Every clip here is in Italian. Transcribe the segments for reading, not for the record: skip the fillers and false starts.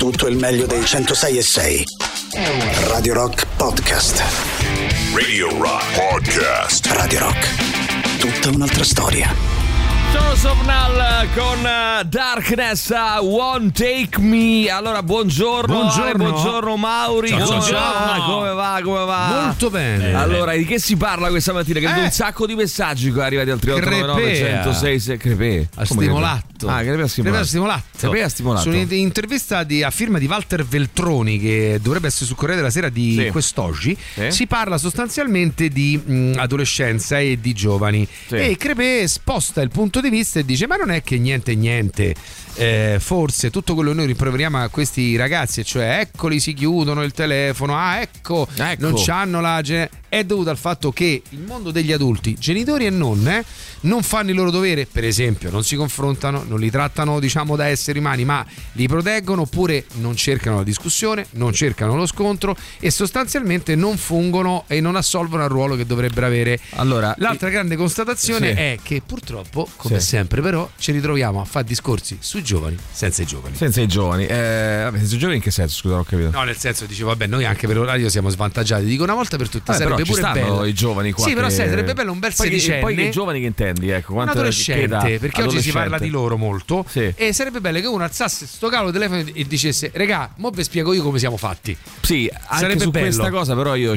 tutto il meglio dei 106.6. Radio Rock Podcast. Radio Rock Podcast. Radio Rock, tutta un'altra storia. Joseph Null con Darkness, Won't Take Me. Allora, buongiorno Mauri. Ciao. Come va? Molto bene. Allora, di che si parla questa mattina? Che vedo un sacco di messaggi arrivati al 3899 106 Crepè. Ha stimolato. Crepè ha stimolato. Su un'intervista a firma di Walter Veltroni, che dovrebbe essere sul Corriere della Sera di quest'oggi, si parla sostanzialmente di adolescenza e di giovani. E Crepè sposta il punto di vista e dice: ma non è che niente, forse tutto quello che noi rimproveriamo a questi ragazzi, cioè eccoli si chiudono il telefono, ecco. Non c'hanno è dovuto al fatto che il mondo degli adulti, genitori e non fanno il loro dovere, per esempio non si confrontano, non li trattano diciamo da esseri umani, ma li proteggono, oppure non cercano la discussione, non cercano lo scontro e sostanzialmente non fungono e non assolvono al ruolo che dovrebbero avere. Allora, l'altra grande constatazione è che purtroppo, come sempre, però ci ritroviamo a fare discorsi sui giovani senza i giovani. Senza i giovani in che senso? Scusa, non ho capito. No, nel senso, dicevo, vabbè, noi anche per l'orario siamo svantaggiati. Dico, una volta per tutte sarebbe pure bello i giovani qua. Sì, però sarebbe bello un bel sedicenne. Poi che giovani che intendi? Ecco, un adolescente, perché oggi si parla di loro molto. E sarebbe bello che uno alzasse sto cavolo di telefono e dicesse: regà, mo vi spiego io come siamo fatti. Sì, anche sarebbe su bello. Questa cosa però io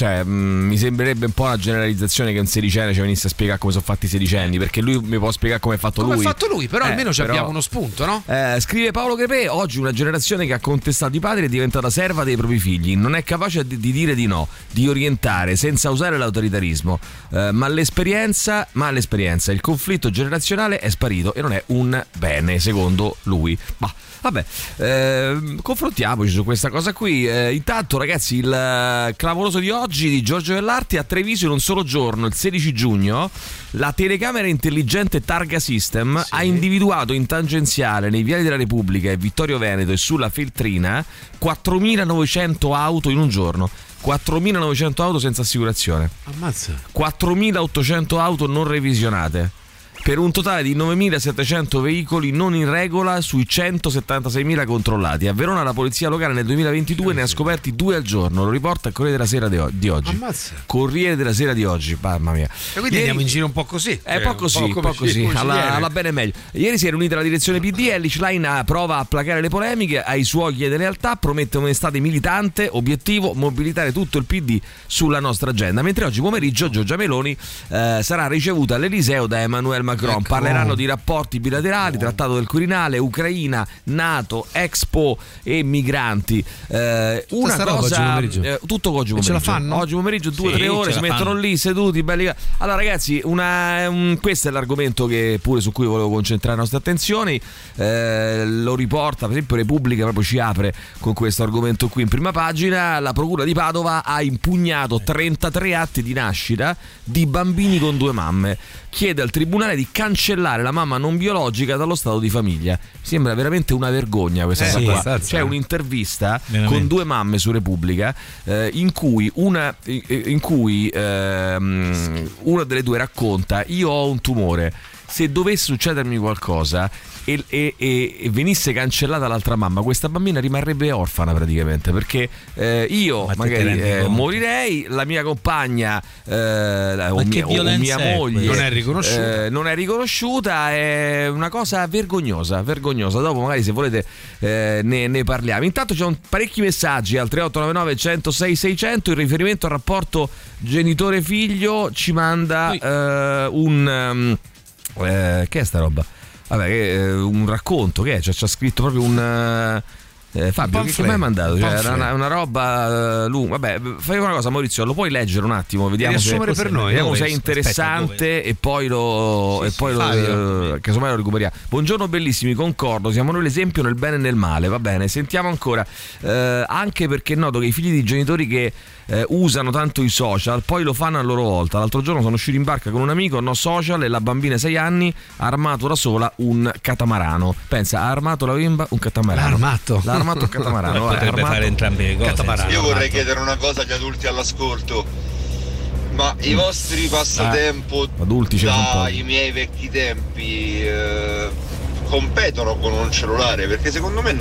mi sembrerebbe un po' una generalizzazione che un sedicenne ci venisse a spiegare come sono fatti i sedicenni, perché lui mi può spiegare come è fatto lui. Come ha fatto lui, però almeno abbiamo uno spunto, no? Scrive Paolo Crepè: oggi una generazione che ha contestato i padri è diventata serva dei propri figli, non è capace di dire di no, di orientare senza usare l'autoritarismo, ma l'esperienza, il conflitto generazionale è sparito e non è un bene, secondo lui. Ma vabbè, confrontiamoci su questa cosa qui. Intanto, ragazzi, il clamoroso di oggi di Giorgio Vellarti: a Treviso in un solo giorno, il 16 giugno, la telecamera intelligente Targa System ha individuato in tangenziale nei viali della Repubblica e Vittorio Veneto e sulla Feltrina 4.900 auto in un giorno. 4.900 auto senza assicurazione. Ammazza. 4.800 auto non revisionate, per un totale di 9.700 veicoli non in regola sui 176.000 controllati. A Verona la polizia locale nel 2022 ne ha scoperti 2 al giorno, lo riporta il Corriere della Sera di oggi. Ammazza. Corriere della Sera di oggi, mamma mia. E quindi andiamo in giro un po' così. Un po' così, alla bene meglio. Ieri si è riunita la direzione PD e Schlein prova a placare le polemiche, ai suoi chiede lealtà, promette un'estate militante, obiettivo mobilitare tutto il PD sulla nostra agenda. Mentre oggi pomeriggio Giorgia Meloni sarà ricevuta all'Eliseo da Emmanuel Macron. Parleranno di rapporti bilaterali, trattato del Quirinale, Ucraina, NATO, Expo e migranti. Una cosa, tutto oggi pomeriggio. Ce la fanno? Oggi pomeriggio 2-3 ore si mettono lì seduti belli. Allora ragazzi, questo è l'argomento che pure su cui volevo concentrare le nostre attenzioni. Lo riporta, per esempio, Repubblica proprio ci apre con questo argomento qui in prima pagina. La procura di Padova ha impugnato 33 atti di nascita di bambini con 2 mamme. Chiede al tribunale di cancellare la mamma non biologica dallo stato di famiglia. Sembra veramente una vergonna questa cosa qua. C'è un'intervista con 2 mamme su Repubblica in cui una delle 2 racconta: io ho un tumore, se dovesse succedermi qualcosa e venisse cancellata l'altra mamma, questa bambina rimarrebbe orfana praticamente, perché io magari morirei, la mia compagna o mia moglie non è riconosciuta. È una cosa vergognosa. Dopo magari, se volete, ne parliamo. Intanto c'è parecchi messaggi al 3899 106 600. In riferimento al rapporto genitore-figlio ci manda che è sta roba? Vabbè, un racconto che è, ci ha scritto proprio un Fabio, che mi hai mandato? Cioè, era una roba lunga. Vabbè, fai una cosa, Maurizio, lo puoi leggere un attimo? Vediamo se per noi, vediamo se è interessante. E poi casomai lo recuperiamo. Buongiorno bellissimi, concordo, siamo noi l'esempio nel bene e nel male. Va bene, sentiamo ancora. Anche perché noto che i figli di genitori che usano tanto i social poi lo fanno a loro volta. L'altro giorno sono uscito in barca con un amico, no social, e la bambina 6 anni ha armato da sola un catamarano. Pensa, ha armato la bimba un catamarano. L'ha armato un catamarano. Potrebbe fare entrambe le cose. Io vorrei chiedere una cosa agli adulti all'ascolto: ma i vostri passatempo adulti, dai miei vecchi tempi competono con un cellulare? Perché secondo me no.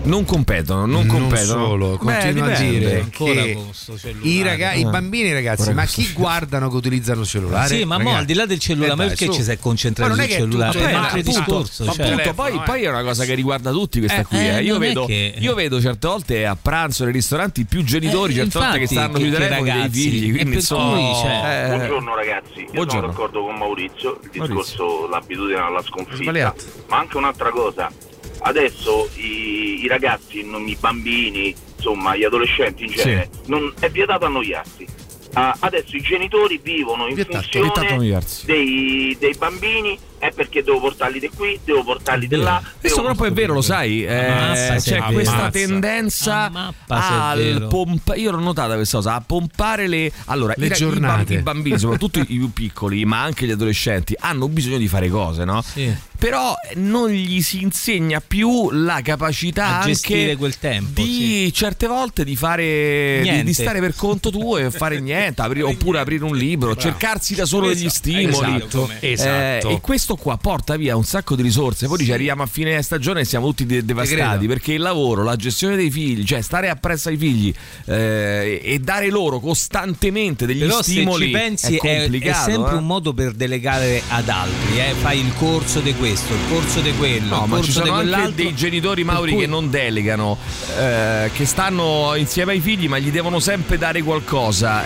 non competono. Solo, continuo a dire ancora che con sto cellulare. i bambini, ragazzi, ma chi guardano che utilizzano il cellulare? Sì, ma mo al di là del cellulare, ma perché ci sei concentrato sul cellulare? È un altro discorso. Appunto, poi è una cosa che riguarda tutti questa qui. Io vedo certe volte a pranzo nei ristoranti più genitori, certe volte che stanno sui telefoni dei figli. Quindi buongiorno ragazzi, io sono d'accordo con Maurizio, il discorso l'abitudine alla sconfitta, ma anche un'altra cosa. Adesso i ragazzi, i bambini, insomma gli adolescenti in genere, non è vietato annoiarsi. Adesso i genitori vivono in funzione dei bambini, è perché devo portarli di qui, devo portarli di là. Questo proprio è vero, lo sai, c'è questa tendenza al io l'ho notata questa cosa, a pompare le giornate. I bambini, soprattutto i più piccoli, ma anche gli adolescenti, hanno bisogno di fare cose, no? Sì. Però non gli si insegna più la capacità a gestire anche quel tempo di certe volte di fare di stare per conto tuo e fare niente, oppure aprire un libro, cercarsi da solo degli stimoli. Esatto. E questo qua porta via un sacco di risorse. Poi arriviamo a fine stagione e siamo tutti devastati, perché il lavoro, la gestione dei figli, cioè stare appresso ai figli e dare loro costantemente degli stimoli, se ci pensi, è complicato, è sempre un modo per delegare ad altri. Fai il corso di questo, il corso di quello. No, ma ci sono anche dei genitori, Mauri, che non delegano, che stanno insieme ai figli, ma gli devono sempre dare qualcosa.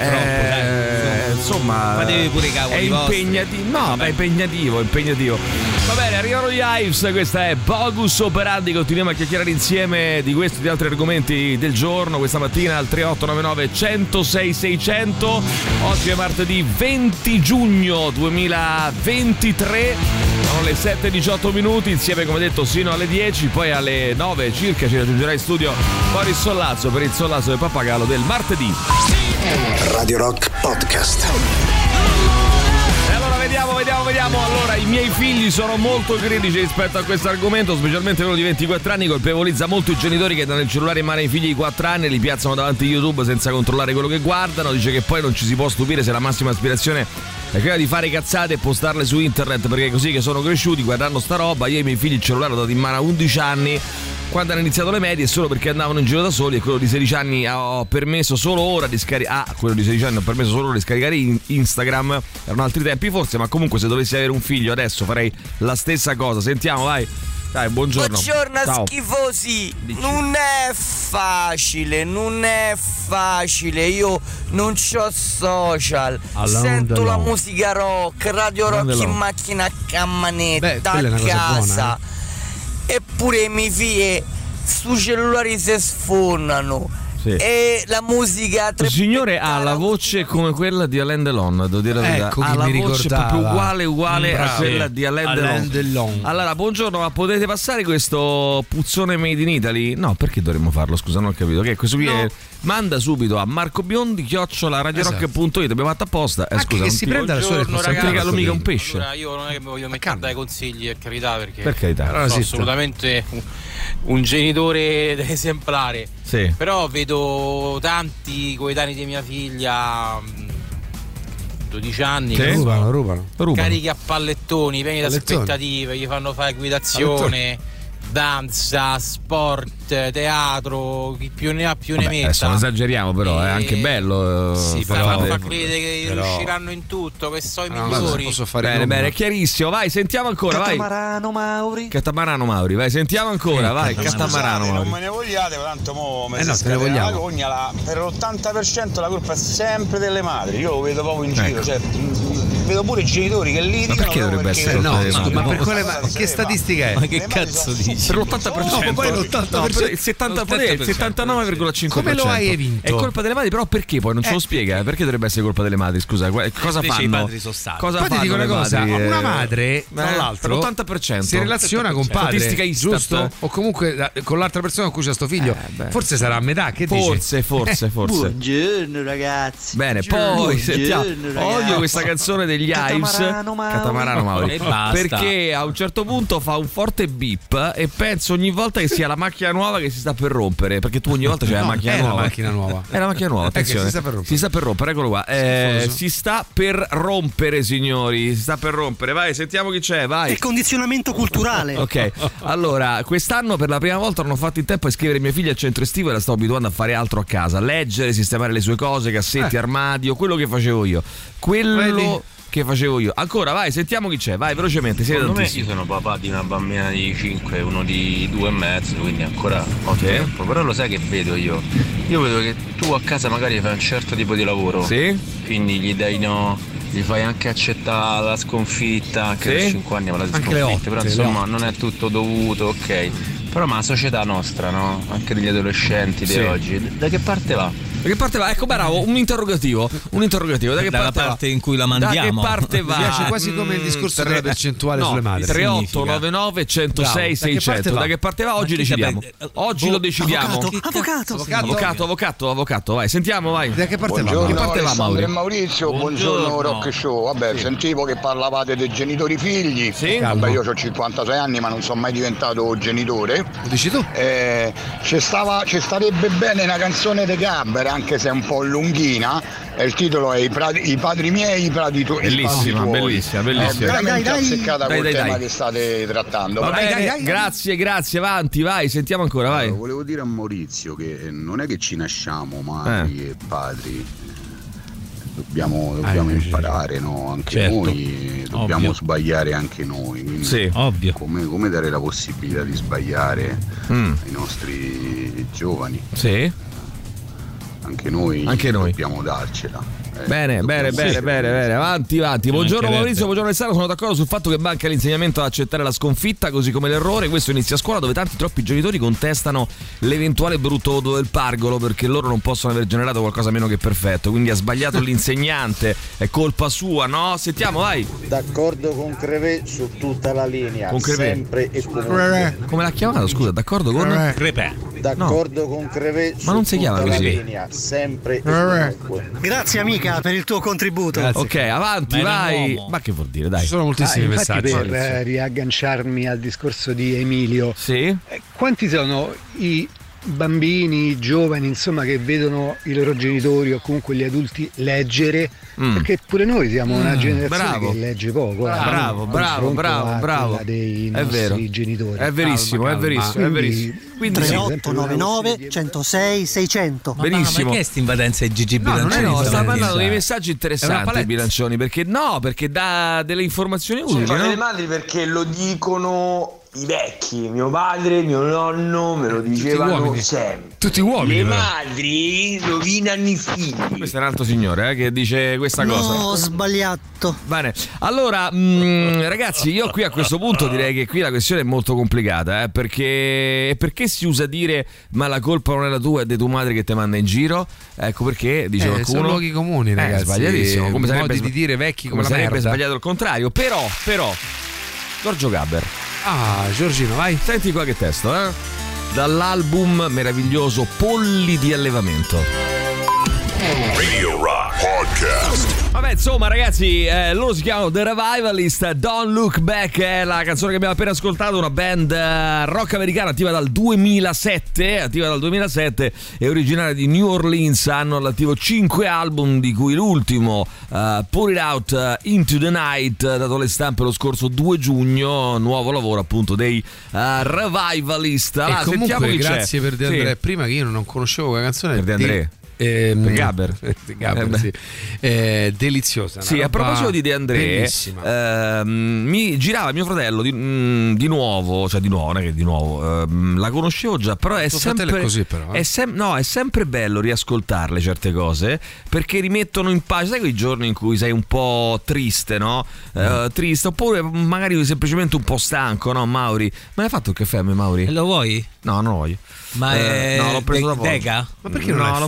Insomma, ma devi pure i cavoli impegnativo. No, ma è impegnativo. Va bene, arrivano gli Hives, questa è Bogus Operandi. Continuiamo a chiacchierare insieme di questo e di altri argomenti del giorno questa mattina al 3899 106 600. Oggi è martedì 20 giugno 2023. Sono le 7:18 minuti, insieme come detto sino alle 10, poi alle 9 circa ci raggiungerà in studio Boris Sollazzo per il Sollazzo del Pappagallo del martedì. Radio Rock Podcast. E allora vediamo. Allora, i miei figli sono molto critici rispetto a questo argomento, specialmente quello di 24 anni, colpevolizza molto i genitori che danno il cellulare in mano ai figli di 4 anni e li piazzano davanti a YouTube senza controllare quello che guardano. Dice che poi non ci si può stupire se la massima aspirazione è quella di fare cazzate e postarle su internet, perché è così che sono cresciuti guardando sta roba. Io ai miei figli il cellulare l'ho dato in mano a 11 anni, quando hanno iniziato le medie, solo perché andavano in giro da soli, e quello di 16 anni ho permesso solo ora di scaricare quello di 16 anni ho permesso solo ora di scaricare Instagram. Erano altri tempi forse, ma comunque se dovessi avere un figlio adesso farei la stessa cosa. Sentiamo, vai. Dai, buongiorno. Buongiorno, ciao. schifosi. Non è facile. Io non c'ho social. Sento la musica rock, Radio Rock in macchina a manetta, a casa. Eppure i miei figli su cellulari si sfondano. Sì. E la musica il signore ha la voce come quella di Alain Delon, devo dire la verità. Ha la voce proprio uguale a quella di Alain Delon. Allora, buongiorno, ma potete passare questo puzzone made in Italy? No, perché dovremmo farlo? Scusa, non ho capito. Che questo qui manda subito a marcobiondi@radiorock.it. Abbiamo fatto apposta. Scusa, che si prenda la sua responsabilità. Non regalo mica un pesce. Allora, io non è che mi voglio mettere a dare consigli, per carità, perché per carità. Allora, sono assolutamente un genitore esemplare. Sì. Però vedo tanti coetanei di mia figlia, 12 anni, che rubano. Carichi a pallettoni, pieni di aspettative, gli fanno fare equitazione, danza, sport, teatro, chi più ne ha più ne metta. Adesso non esageriamo, però è anche bello. Sì, fa credere che riusciranno in tutto, che so i migliori. Posso fare bene, è chiarissimo. Vai, sentiamo ancora. Catamarano Mauri, vai, sentiamo ancora. Vai, Catamarano Mauri. Non me ne vogliate, tanto mo me no, te ne vogliamo. La cogna, per l'80% la colpa è sempre delle madri. Io lo vedo proprio in giro, cioè vedo pure i genitori che litigano. Ma perché dovrebbe essere? No, ma per quale che statistica è? Ma che cazzo dici? Per l'80%. No, poi l'80%. Il 79,5%. Come lo hai vinto? È colpa delle madri, però perché poi non ce lo spiega? Perché dovrebbe essere colpa delle madri? Scusa, cosa fanno? I padri sono stati. Cosa poi ti dico una cosa, madri? Una madre tra l'altro per l'80% si relaziona con padre, statistica Istat, giusto? O comunque con l'altra persona con cui c'ha sto figlio. Forse sarà a metà, che forse. Buongiorno ragazzi. Bene, poi sentiamo. Odio questa canzone degli degli Hives. Catamarano Mauri. Perché a un certo punto fa un forte beep e penso ogni volta che sia la macchina nuova che si sta per rompere, perché tu ogni volta c'è la macchina nuova. È la macchina nuova, attenzione. Si sta per rompere, eccolo qua. Si sta per rompere, signori. Si sta per rompere. Vai, sentiamo chi c'è, vai. È condizionamento culturale. Ok, allora, quest'anno per la prima volta non ho fatto in tempo a iscrivere mia figlia al centro estivo e la sto abituando a fare altro a casa. Leggere, sistemare le sue cose, cassetti, armadio, quello che facevo io. Che facevo io. Ancora, vai, sentiamo chi c'è, vai velocemente. Secondo me io sono papà di una bambina di 5 uno di 2 e mezzo, quindi ancora ho tempo. Però lo sai che vedo io? Io vedo che tu a casa magari fai un certo tipo di lavoro. Sì. Quindi gli dai gli fai anche accettare la sconfitta, anche per 5 anni la sconfitta, però insomma non è tutto dovuto, ok. Però ma la società nostra, no? Anche degli adolescenti di oggi, da che parte va? Da che parte va? Ecco, bravo, un interrogativo. Da che dalla parte in cui la mandiamo. Da che parte va? Mi piace quasi come il discorso della percentuale sulle madri. 3899 106 600. Da che parte va? Oggi decidiamo. Oggi lo decidiamo. Avvocato, vai, sentiamo, vai. Da che parte va? Buongiorno, che parte va, Alessandro e Maurizio, buongiorno Rock Show. Vabbè, sentivo che parlavate dei genitori figli. Sì. Vabbè, io ho 56 anni ma non sono mai diventato genitore. Lo dici tu? Ci starebbe bene una canzone di Gabber, anche se è un po' lunghina, e il titolo è I padri miei, i prati tuoi. Bellissima. Veramente azzeccata col tema che state trattando. Va bene, grazie, avanti, vai, sentiamo ancora, vai. Volevo dire a Maurizio che non è che ci nasciamo madri e padri, dobbiamo imparare, no? Anche noi dobbiamo sbagliare anche noi, quindi ovvio. Come dare la possibilità di sbagliare ai nostri giovani. Sì. Anche noi dobbiamo darcela. Bene, avanti. Buongiorno Maurizio, buongiorno Alessandro, sono d'accordo sul fatto che manca l'insegnamento ad accettare la sconfitta, così come l'errore. Questo inizia a scuola, dove troppi genitori contestano l'eventuale brutto voto del pargolo, perché loro non possono aver generato qualcosa meno che perfetto, quindi ha sbagliato l'insegnante, è colpa sua, no? Sentiamo, vai. D'accordo con Crevé su tutta la linea, con Crevé. Sempre e comunque. Come l'ha chiamato, scusa? D'accordo con Crevé. D'accordo con Crevé su tutta la linea, sempre e comunque. Grazie amica per il tuo contributo. Grazie. Ok, avanti, vai. Ma che vuol dire, dai? Ci sono moltissimi messaggi. Per riagganciarmi al discorso di Emilio, quanti sono i bambini, i giovani, insomma, che vedono i loro genitori o comunque gli adulti leggere? Perché pure noi siamo una generazione che legge poco. Bravo. Dei nostri genitori. È verissimo. Quindi 3899 106 600. Benissimo. Ma che è sta invadenza di Gigi Bilancioni? No, sta mandando dei messaggi interessanti Bilancioni, perché dà delle informazioni utili. Sono le madri perché lo dicono i vecchi, mio padre, mio nonno me lo dicevano sempre. Tutti uomini. Le madri rovinano i figli. Questo è un altro signore che dice questa cosa. No, ho sbagliato. Bene, allora ragazzi, io qui a questo punto direi che qui la questione è molto complicata, perché si usa dire ma la colpa non è la tua, è di tua madre che ti manda in giro. Ecco perché dice qualcuno. Sono luoghi comuni, ragazzi. Sbagliatissimo. Come modi di dire vecchi come sarebbe sbagliato il contrario. Però Giorgio Gabber. Giorgino, vai. Senti qua che testo, dall'album meraviglioso Polli di allevamento. Radio Rock Podcast. Vabbè, insomma, ragazzi, loro si chiamano The Revivalist. Don't Look Back è la canzone che abbiamo appena ascoltato, una band rock americana attiva dal 2007, è originaria di New Orleans, hanno all'attivo 5 album, di cui l'ultimo Pour It Out Into the Night, dato alle stampe lo scorso 2 giugno, nuovo lavoro appunto dei Revivalist. E comunque grazie per De André, prima che io non conoscevo quella canzone per De André. Gabber, sì. Deliziosa. Sì, a proposito di De André, mi girava mio fratello di nuovo, non è che di nuovo, la conoscevo già, però è sempre così, però. È sempre bello riascoltarle certe cose, perché rimettono in pace, sai quei giorni in cui sei un po' triste, no? Triste, oppure magari semplicemente un po' stanco, no, Mauri? Ma hai fatto il caffè a me, Mauri? Lo vuoi? No, non lo voglio. Ma no, l'ho preso da poco. Deca? Ma perché non l'ho preso da poco.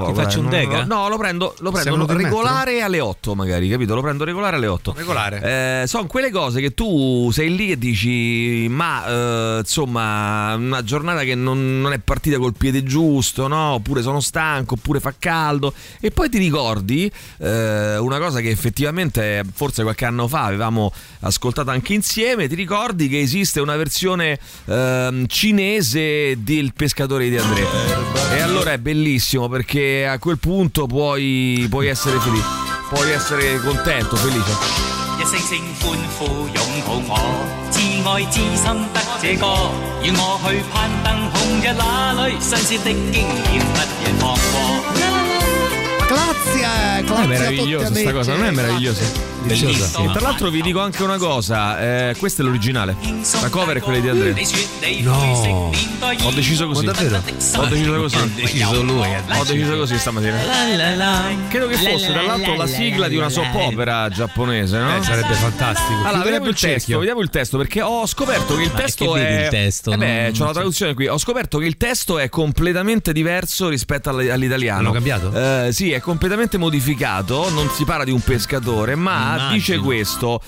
poco. Ti faccio un dega? No, lo prendo regolare alle 8 magari, capito? Lo prendo regolare alle 8. Regolare. Sono quelle cose che tu sei lì e dici ma insomma una giornata che non è partita col piede giusto, no? Oppure sono stanco, oppure fa caldo, e poi ti ricordi una cosa che effettivamente forse qualche anno fa avevamo ascoltato anche insieme. Ti ricordi che esiste una versione cinese del Pescatore di André, e allora è bellissimo perché a quel punto puoi essere felice, puoi essere contento, felice. 一聲聲歡呼擁抱我，至愛至深得這個，要我去攀登紅日那裏，新鮮的經驗不願放過。 Grazie è meravigliosa sta cosa, non è meravigliosa? Bellissima. E tra l'altro vi dico anche una cosa, questa è l'originale, la cover è quella di Andrea. No, ho deciso così. Ma davvero? Ho deciso così. Ha deciso lui. Ho deciso così stamattina. Credo che fosse tra l'altro la sigla di una soap opera giapponese, no? Sarebbe fantastico. Allora, vediamo il testo perché ho scoperto che il testo è. Il testo, c'ho la traduzione qui. Ho scoperto che il testo è completamente diverso rispetto all'italiano. Hanno cambiato? Sì, è completamente modificato. Non si parla di un pescatore, ma dice questo.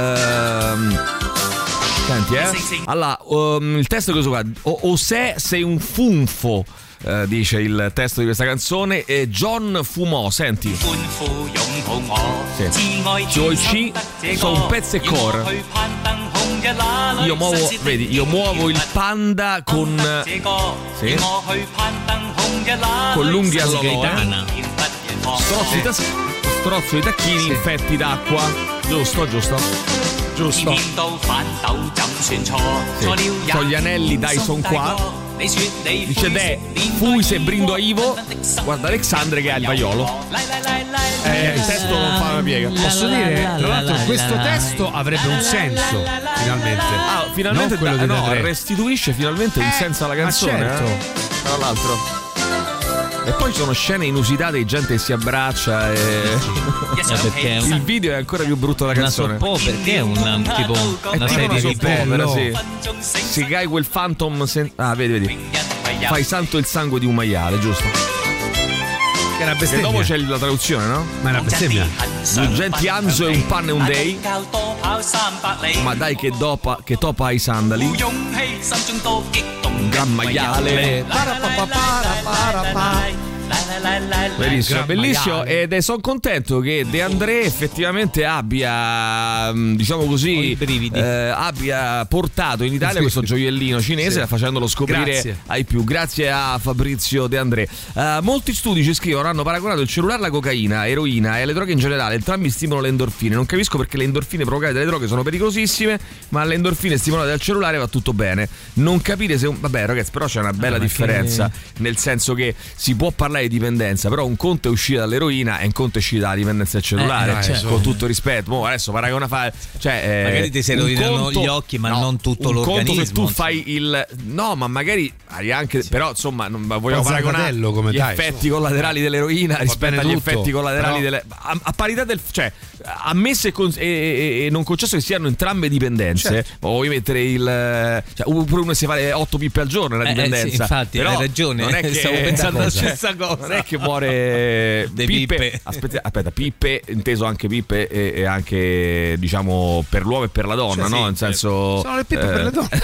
Senti, allora, il testo è questo qua. O se sei un funfo, dice il testo di questa canzone, e John fumò, senti. Sì. Sono un pezzo e core. Io muovo il panda con l'unghia all'olio. Strozzo i tacchini infetti d'acqua. Giusto. Sì. Ho gli anelli Dyson qua. Dice fui se brindo a Ivo. Guarda Alexandre che ha il vaiolo. Il testo non fa una piega. Posso dire, tra l'altro, questo testo avrebbe un senso finalmente. Finalmente restituisce finalmente un senso alla canzone. Certo. Tra l'altro. E poi ci sono scene inusitate di gente che si abbraccia perché il video è ancora più brutto della canzone. Perché è un tipo una serie di povera, sì. Si cai quel Phantom vedi. Fai santo il sangue di un maiale, giusto? Che era bestemmia. E dopo c'è la traduzione, no? Ma era bestemmia. Genti Anzo e un panne un day. Ma dai che topa ai sandali. Un gran maiale. Bellissimo. Ed sono contento che De André effettivamente abbia, diciamo così, abbia portato in Italia questo gioiellino cinese, facendolo scoprire ai più. Grazie a Fabrizio De André. Molti studi ci scrivono, hanno paragonato il cellulare alla cocaina, eroina e le droghe in generale. Entrambi stimolano le endorfine. Non capisco perché le endorfine provocate dalle droghe sono pericolosissime, ma le endorfine stimolate dal cellulare va tutto bene. Non capire se vabbè ragazzi, però c'è una bella differenza, nel senso che si può parlare di dipendenza, però un conto è uscire dall'eroina e un conto è uscire dalla dipendenza del cellulare, con tutto rispetto. Adesso paragona magari ti si rovinano gli occhi, ma non tutto l'organismo. Un conto se tu fai ma magari hai anche però insomma non vogliamo paragonare gli effetti collaterali dell'eroina rispetto agli effetti collaterali delle a parità del ammesse e non concesso che siano entrambe dipendenze. Vuoi mettere oppure uno si fa 8 pippe al giorno la dipendenza. Sì, infatti però hai ragione, non è che stavo pensando alla stessa cosa. Non è che muore pippe. Aspetta, pippe inteso anche pippe e anche diciamo per l'uomo e per la donna, no? Nel senso sono le pippe per le donne.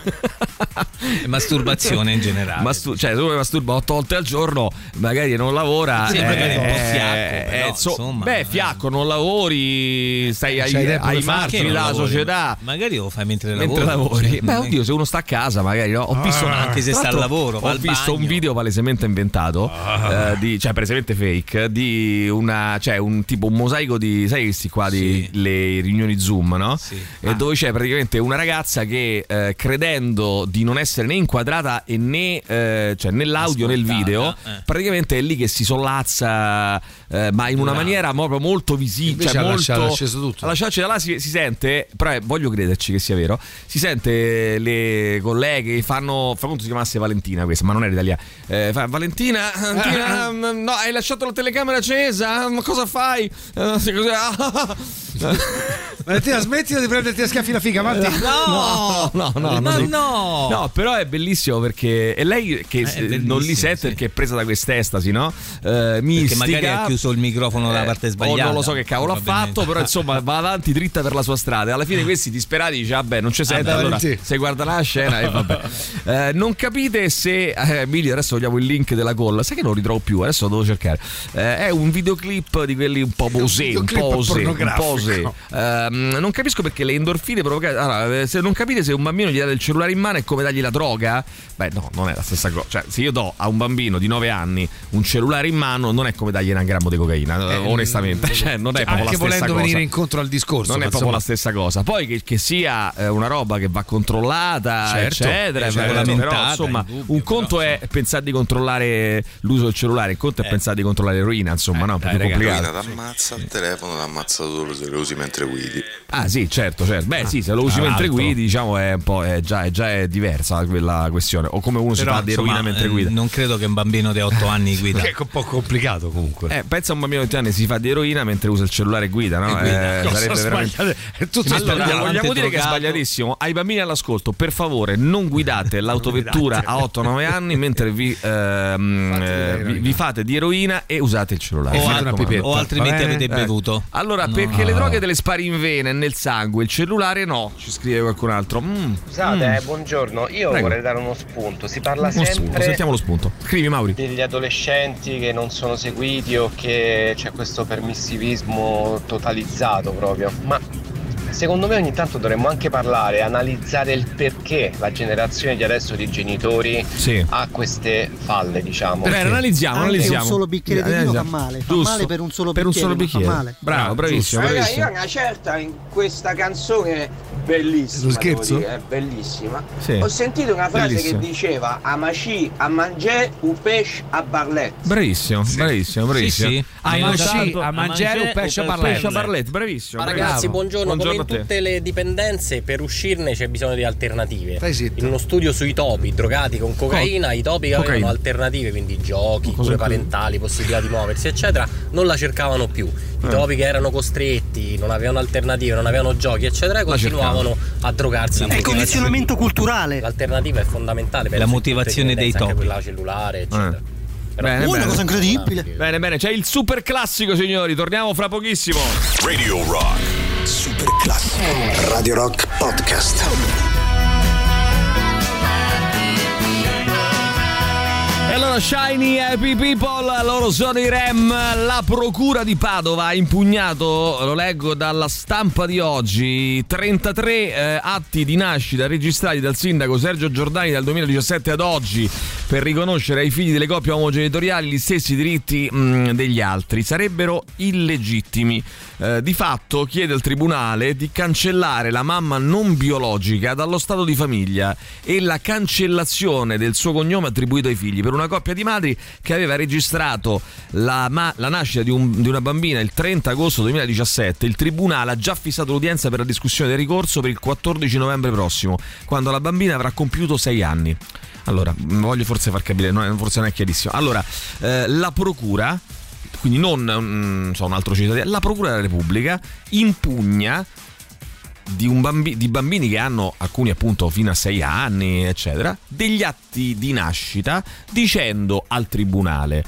Masturbazione in generale. Se uno masturba 8 volte al giorno, magari non lavora. Sì, magari un po' fiacco, però, insomma. Fiacco, non lavori, stai ai margini della società. Magari lo fai mentre lavori. Oddio, se uno sta a casa, magari no. Ho visto anche se sta al lavoro. Ho visto un video palesemente inventato, palesemente fake, di un tipo un mosaico di, sai questi qua di le riunioni Zoom, no? Sì. E dove c'è praticamente una ragazza che credendo di non essere né inquadrata e né nell'audio nel video, praticamente è lì che si sollazza, ma in una maniera proprio molto visibile, molto tutto. Alla da là si sente, però voglio crederci che sia vero, si sente le colleghe che fanno conto si chiamasse Valentina questa, ma non era italiana. Valentina, no, hai lasciato la telecamera accesa, ma cosa fai? Valentina, smettila di prenderti a schiaffi la figa, avanti. No, però è bellissimo perché è lei che non li sente perché è presa da quest'estasi, no? Perché magari ha chiuso il microfono dalla parte sbagliata. Non lo so che cavolo ha fatto, però insomma va avanti dritta per la sua strada. Alla fine questi disperati dice vabbè non ci sente, allora se guarda la scena e vabbè. Non capite se Emilio, adesso vogliamo il link della call, sai che non lo ritrovo più, adesso lo devo cercare. È un videoclip di quelli un po' posé, non capisco perché le endorfine provocate. Allora, se non capite se un bambino gli dà del cellulare in mano è come dargli la droga, beh no, non è la stessa cosa. Cioè, se io do a un bambino di 9 anni un cellulare in mano, non è come dargli un grammo di cocaina, onestamente. Cioè, non è proprio la stessa cosa. Anche volendo venire incontro al discorso, non è proprio la stessa cosa. Poi che sia una roba che va controllata, eccetera, però insomma, un conto è pensare di controllare l'uso del cellulare, un conto è pensare di controllare l'eroina, insomma, no, più complicato. T'ammazza il telefono, t'ammazza solo se lo usi mentre guidi. Ah sì, certo. Beh sì, se lo usi mentre guidi, diciamo è un po' è già diversa quella questione. O come uno si fa di eroina mentre guida. Non credo che un bambino di 8 anni guida. È un po' complicato comunque. Pensa a un bambino di 8 anni si fa di eroina mentre usa il cellulare e guida, no? Sarebbe veramente. Vogliamo dire che è sbagliatissimo. Ai bambini all'ascolto, per favore, non guidate l'autovettura a 8-9 anni mentre vi fate di eroina e usate il cellulare. O altrimenti avete bevuto. Allora, perché le droghe te le spari in vena e nel sangue, il cellulare no, ci scrive qualcun altro. Scusate, buongiorno, io vorrei dare uno spunto. Si parla sempre sentiamo lo spunto. Scrivi, Mauri. Degli adolescenti che non sono seguiti o che c'è questo permissivismo totalizzato proprio, ma secondo me ogni tanto dovremmo anche parlare, analizzare il perché la generazione di adesso di genitori ha queste falle, diciamo. Analizziamo. Un solo bicchiere di vino fa male. Fa male per un solo bicchiere. Fa male. Bravo, bravissimo. Ragazzi, io una certa in questa canzone bellissima, scherzo? Devo dire, è bellissima. Ho sentito una frase che diceva a maci, a mangiare un pesce a barlette. Bravissimo. Sì. A mangiare un pesce a barlette. Bravissimo. Ragazzi, buongiorno. Come in tutte le dipendenze, per uscirne c'è bisogno di alternative. In uno studio sui topi drogati con cocaina, i topi che avevano alternative, quindi giochi, cure parentali, possibilità di muoversi, eccetera, non la cercavano più. I topi che erano costretti, non avevano alternative, non avevano giochi, eccetera, continuavano a drogarsi. È condizionamento culturale. L'alternativa è fondamentale per la motivazione dei topi, anche quella cellulare, eccetera. Bene, una cosa incredibile. Bene, c'è il super classico, signori. Torniamo fra pochissimo. Radio Rock Super classico. Radio Rock Podcast. E allora Shiny Happy People, loro sono i Rem. La procura di Padova ha impugnato, lo leggo dalla stampa di oggi, 33 atti di nascita registrati dal sindaco Sergio Giordani dal 2017 ad oggi per riconoscere ai figli delle coppie omogenitoriali gli stessi diritti degli altri. Sarebbero illegittimi. Di fatto chiede al tribunale di cancellare la mamma non biologica dallo stato di famiglia e la cancellazione del suo cognome attribuito ai figli per una coppia di madri che aveva registrato la nascita di una bambina il 30 agosto 2017. Il tribunale ha già fissato l'udienza per la discussione del ricorso per il 14 novembre prossimo, quando la bambina avrà compiuto 6 anni. Allora, voglio forse far capire, forse non è chiarissimo. Allora, la procura, quindi non un altro cittadino, la Procura della Repubblica impugna di bambini che hanno, alcuni appunto fino a 6 anni eccetera, degli atti di nascita, dicendo al tribunale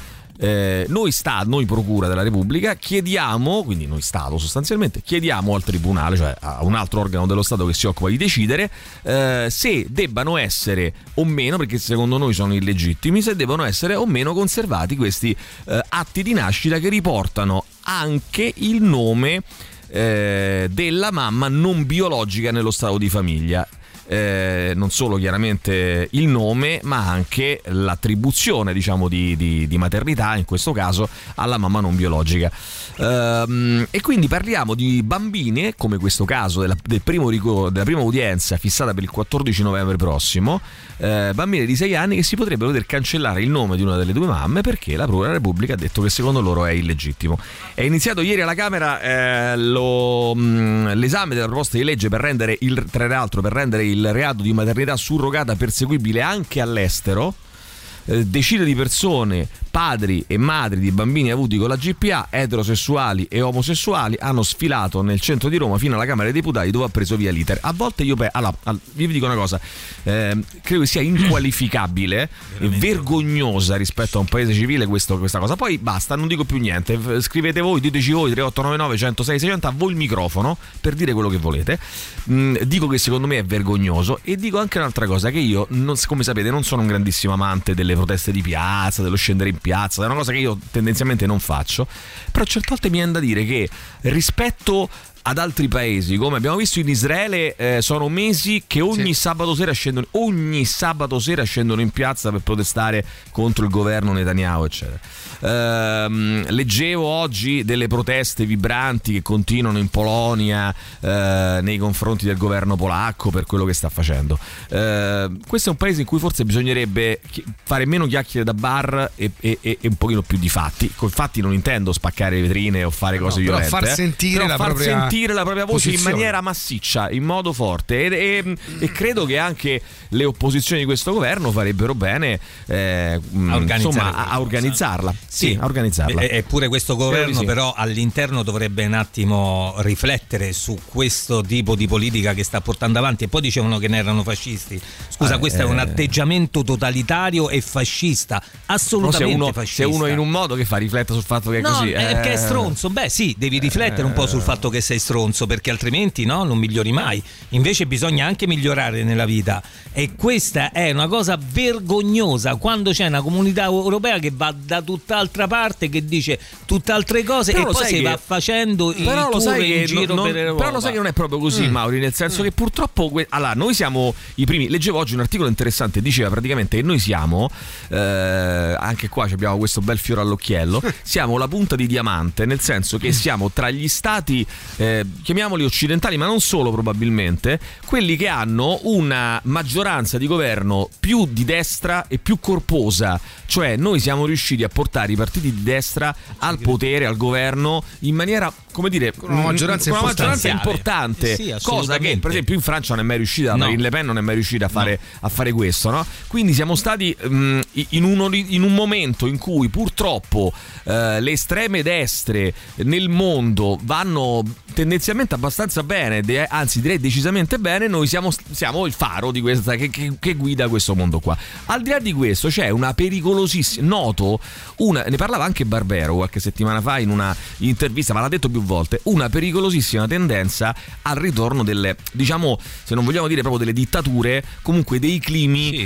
noi Procura della Repubblica chiediamo, quindi noi Stato sostanzialmente, chiediamo al tribunale, cioè a un altro organo dello Stato che si occupa di decidere se debbano essere o meno, perché secondo noi sono illegittimi, se devono essere o meno conservati questi atti di nascita che riportano anche il nome della mamma non biologica nello stato di famiglia. Non solo chiaramente il nome, ma anche l'attribuzione, diciamo, di maternità, in questo caso alla mamma non biologica. E quindi parliamo di bambine, come questo caso della prima udienza fissata per il 14 novembre prossimo, bambine di 6 anni che si potrebbero vedere cancellare il nome di una delle due mamme perché la Procura della Repubblica ha detto che secondo loro è illegittimo. È iniziato ieri alla Camera l'esame della proposta di legge per rendere tra l'altro il reato di maternità surrogata perseguibile anche all'estero. Decine di persone padri e madri di bambini avuti con la GPA, eterosessuali e omosessuali, hanno sfilato nel centro di Roma fino alla Camera dei Deputati, dove ha preso via l'iter. A volte io vi dico una cosa, credo che sia inqualificabile e vergognosa rispetto a un paese civile questa cosa. Poi basta, non dico più niente, scrivete voi, diteci voi 3899 106 600, a voi il microfono per dire quello che volete. Dico che secondo me è vergognoso, e dico anche un'altra cosa, che io come sapete non sono un grandissimo amante delle proteste di piazza, dello scendere in piazza, è una cosa che io tendenzialmente non faccio, però certe volte mi viene da dire che rispetto ad altri paesi, come abbiamo visto in Israele, sono mesi che ogni sabato sera scendono in piazza per protestare contro il governo Netanyahu, eccetera. Leggevo oggi delle proteste vibranti che continuano in Polonia nei confronti del governo polacco per quello che sta facendo. Questo è un paese in cui forse bisognerebbe fare meno chiacchiere da bar e un pochino più di fatti. Con fatti non intendo spaccare le vetrine o fare cose violente, però far sentire la propria voce posizione in maniera massiccia, in modo forte, e credo che anche le opposizioni di questo governo farebbero bene a organizzarla. Sì, a organizzarla. Eppure questo governo però all'interno dovrebbe un attimo riflettere su questo tipo di politica che sta portando avanti. E poi dicevano che ne erano fascisti. Scusa, questo è un atteggiamento totalitario e fascista, assolutamente fascista. Se uno in un modo che fa riflettere sul fatto che è così, che è stronzo, beh sì, devi riflettere un po' sul fatto che sei stronzo, perché altrimenti non migliori mai. Invece bisogna anche migliorare nella vita, e questa è una cosa vergognosa quando c'è una comunità europea che va da tutt'altra parte, che dice tutt'altre cose, però e poi si va facendo il tour in giro per Europa. Però lo sai che non è proprio così, Mauri, nel senso che purtroppo allora, noi siamo i primi. Leggevo oggi un articolo interessante, diceva praticamente che noi siamo anche qua abbiamo questo bel fiore all'occhiello, siamo la punta di diamante, nel senso che siamo tra gli stati chiamiamoli occidentali, ma non solo, probabilmente quelli che hanno una maggioranza di governo più di destra e più corposa. Cioè noi siamo riusciti a portare i partiti di destra al potere, al governo, in maniera, come dire, con una maggioranza importante, cosa che per esempio in Francia non è mai riuscita, Marine Le Pen non è mai riuscita a fare questo, no? Quindi siamo stati in un momento in cui purtroppo le estreme destre nel mondo vanno tendenzialmente abbastanza bene, anzi direi decisamente bene. Noi siamo il faro di questa che guida questo mondo qua. Al di là di questo c'è una pericolosissima, ne parlava anche Barbero qualche settimana fa in una intervista, ma l'ha detto più volte, una pericolosissima tendenza al ritorno delle, diciamo, se non vogliamo dire proprio delle dittature, comunque dei climi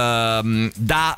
da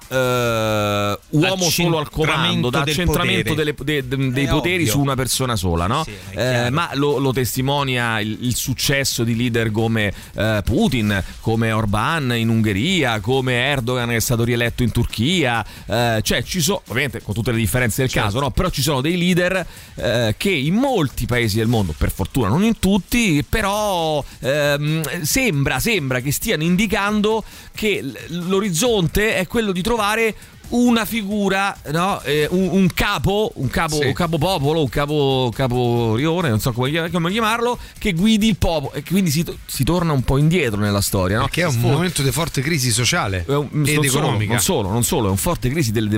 uomo solo al comando, da accentramento dei poteri su una persona sola, no? Sì, ma lo testimonia il successo di leader come Putin, come Orbán in Ungheria, come Erdogan che è stato rieletto in Turchia. Cioè ci sono, ovviamente con tutte le differenze del caso, no? Però ci sono dei leader che in molti paesi del mondo, per fortuna non in tutti, però sembra che stiano indicando che l'orizzonte è quello di trovare una figura, no? un capo popolo, un capo rione, non so come chiamarlo, che guidi il popolo, e quindi si torna un po' indietro nella storia, no? Perché è un momento di forte crisi sociale ed economica. Non solo, è una forte crisi della